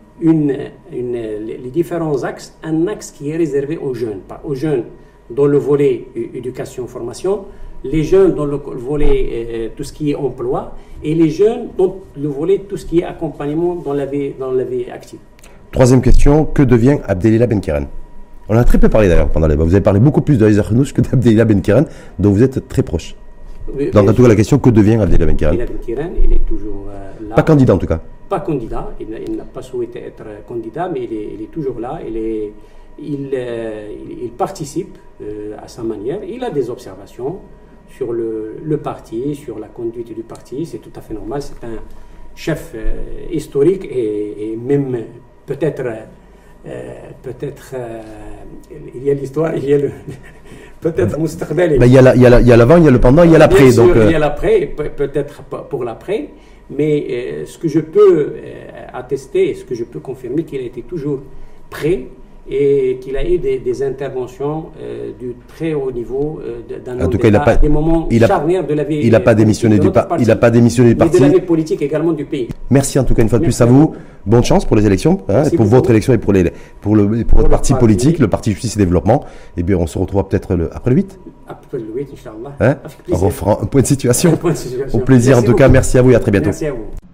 les différents axes, un axe qui est réservé aux jeunes dans le volet éducation-formation, les jeunes dans le volet tout ce qui est emploi, et les jeunes dans le volet tout ce qui est accompagnement dans la vie active. Troisième question, que devient Abdelila Benkeren? On a très peu parlé d'ailleurs pendant les débats. Vous avez parlé beaucoup plus de Aïssa Khenouch que d'Abdelila Benkeren, dont vous êtes très proche. Donc en tout cas, la question, que devient Abdelila Benkeren? Abdelila Benkeren, il est toujours là. Pas candidat en tout cas. Pas candidat, il n'a pas souhaité être candidat, mais il est toujours là. Il participe à sa manière. Il a des observations sur le parti, sur la conduite du parti. C'est tout à fait normal. C'est un chef historique et même peut-être il y a l'histoire, il y a peut-être Moustaqbel. Il y a l'avant, il y a le pendant, il y a l'après. Bien sûr, il y a l'après, peut-être pour l'après. Mais ce que je peux attester, ce que je peux confirmer, qu'il a été toujours prêt et qu'il a eu des interventions du très haut niveau dans des moments charnières de la vie. Il n'a pas démissionné du parti. Mais de la vie politique également du pays. Merci en tout cas une fois de plus à vous. Bonne chance pour les élections, et pour votre élection et pour votre parti politique, le Parti Justice et Développement. Et bien on se retrouvera peut-être après le 8. Après le 8, Inch'Allah. On refera un point de situation. Au plaisir en tout cas, merci à vous et à très bientôt. Merci à vous.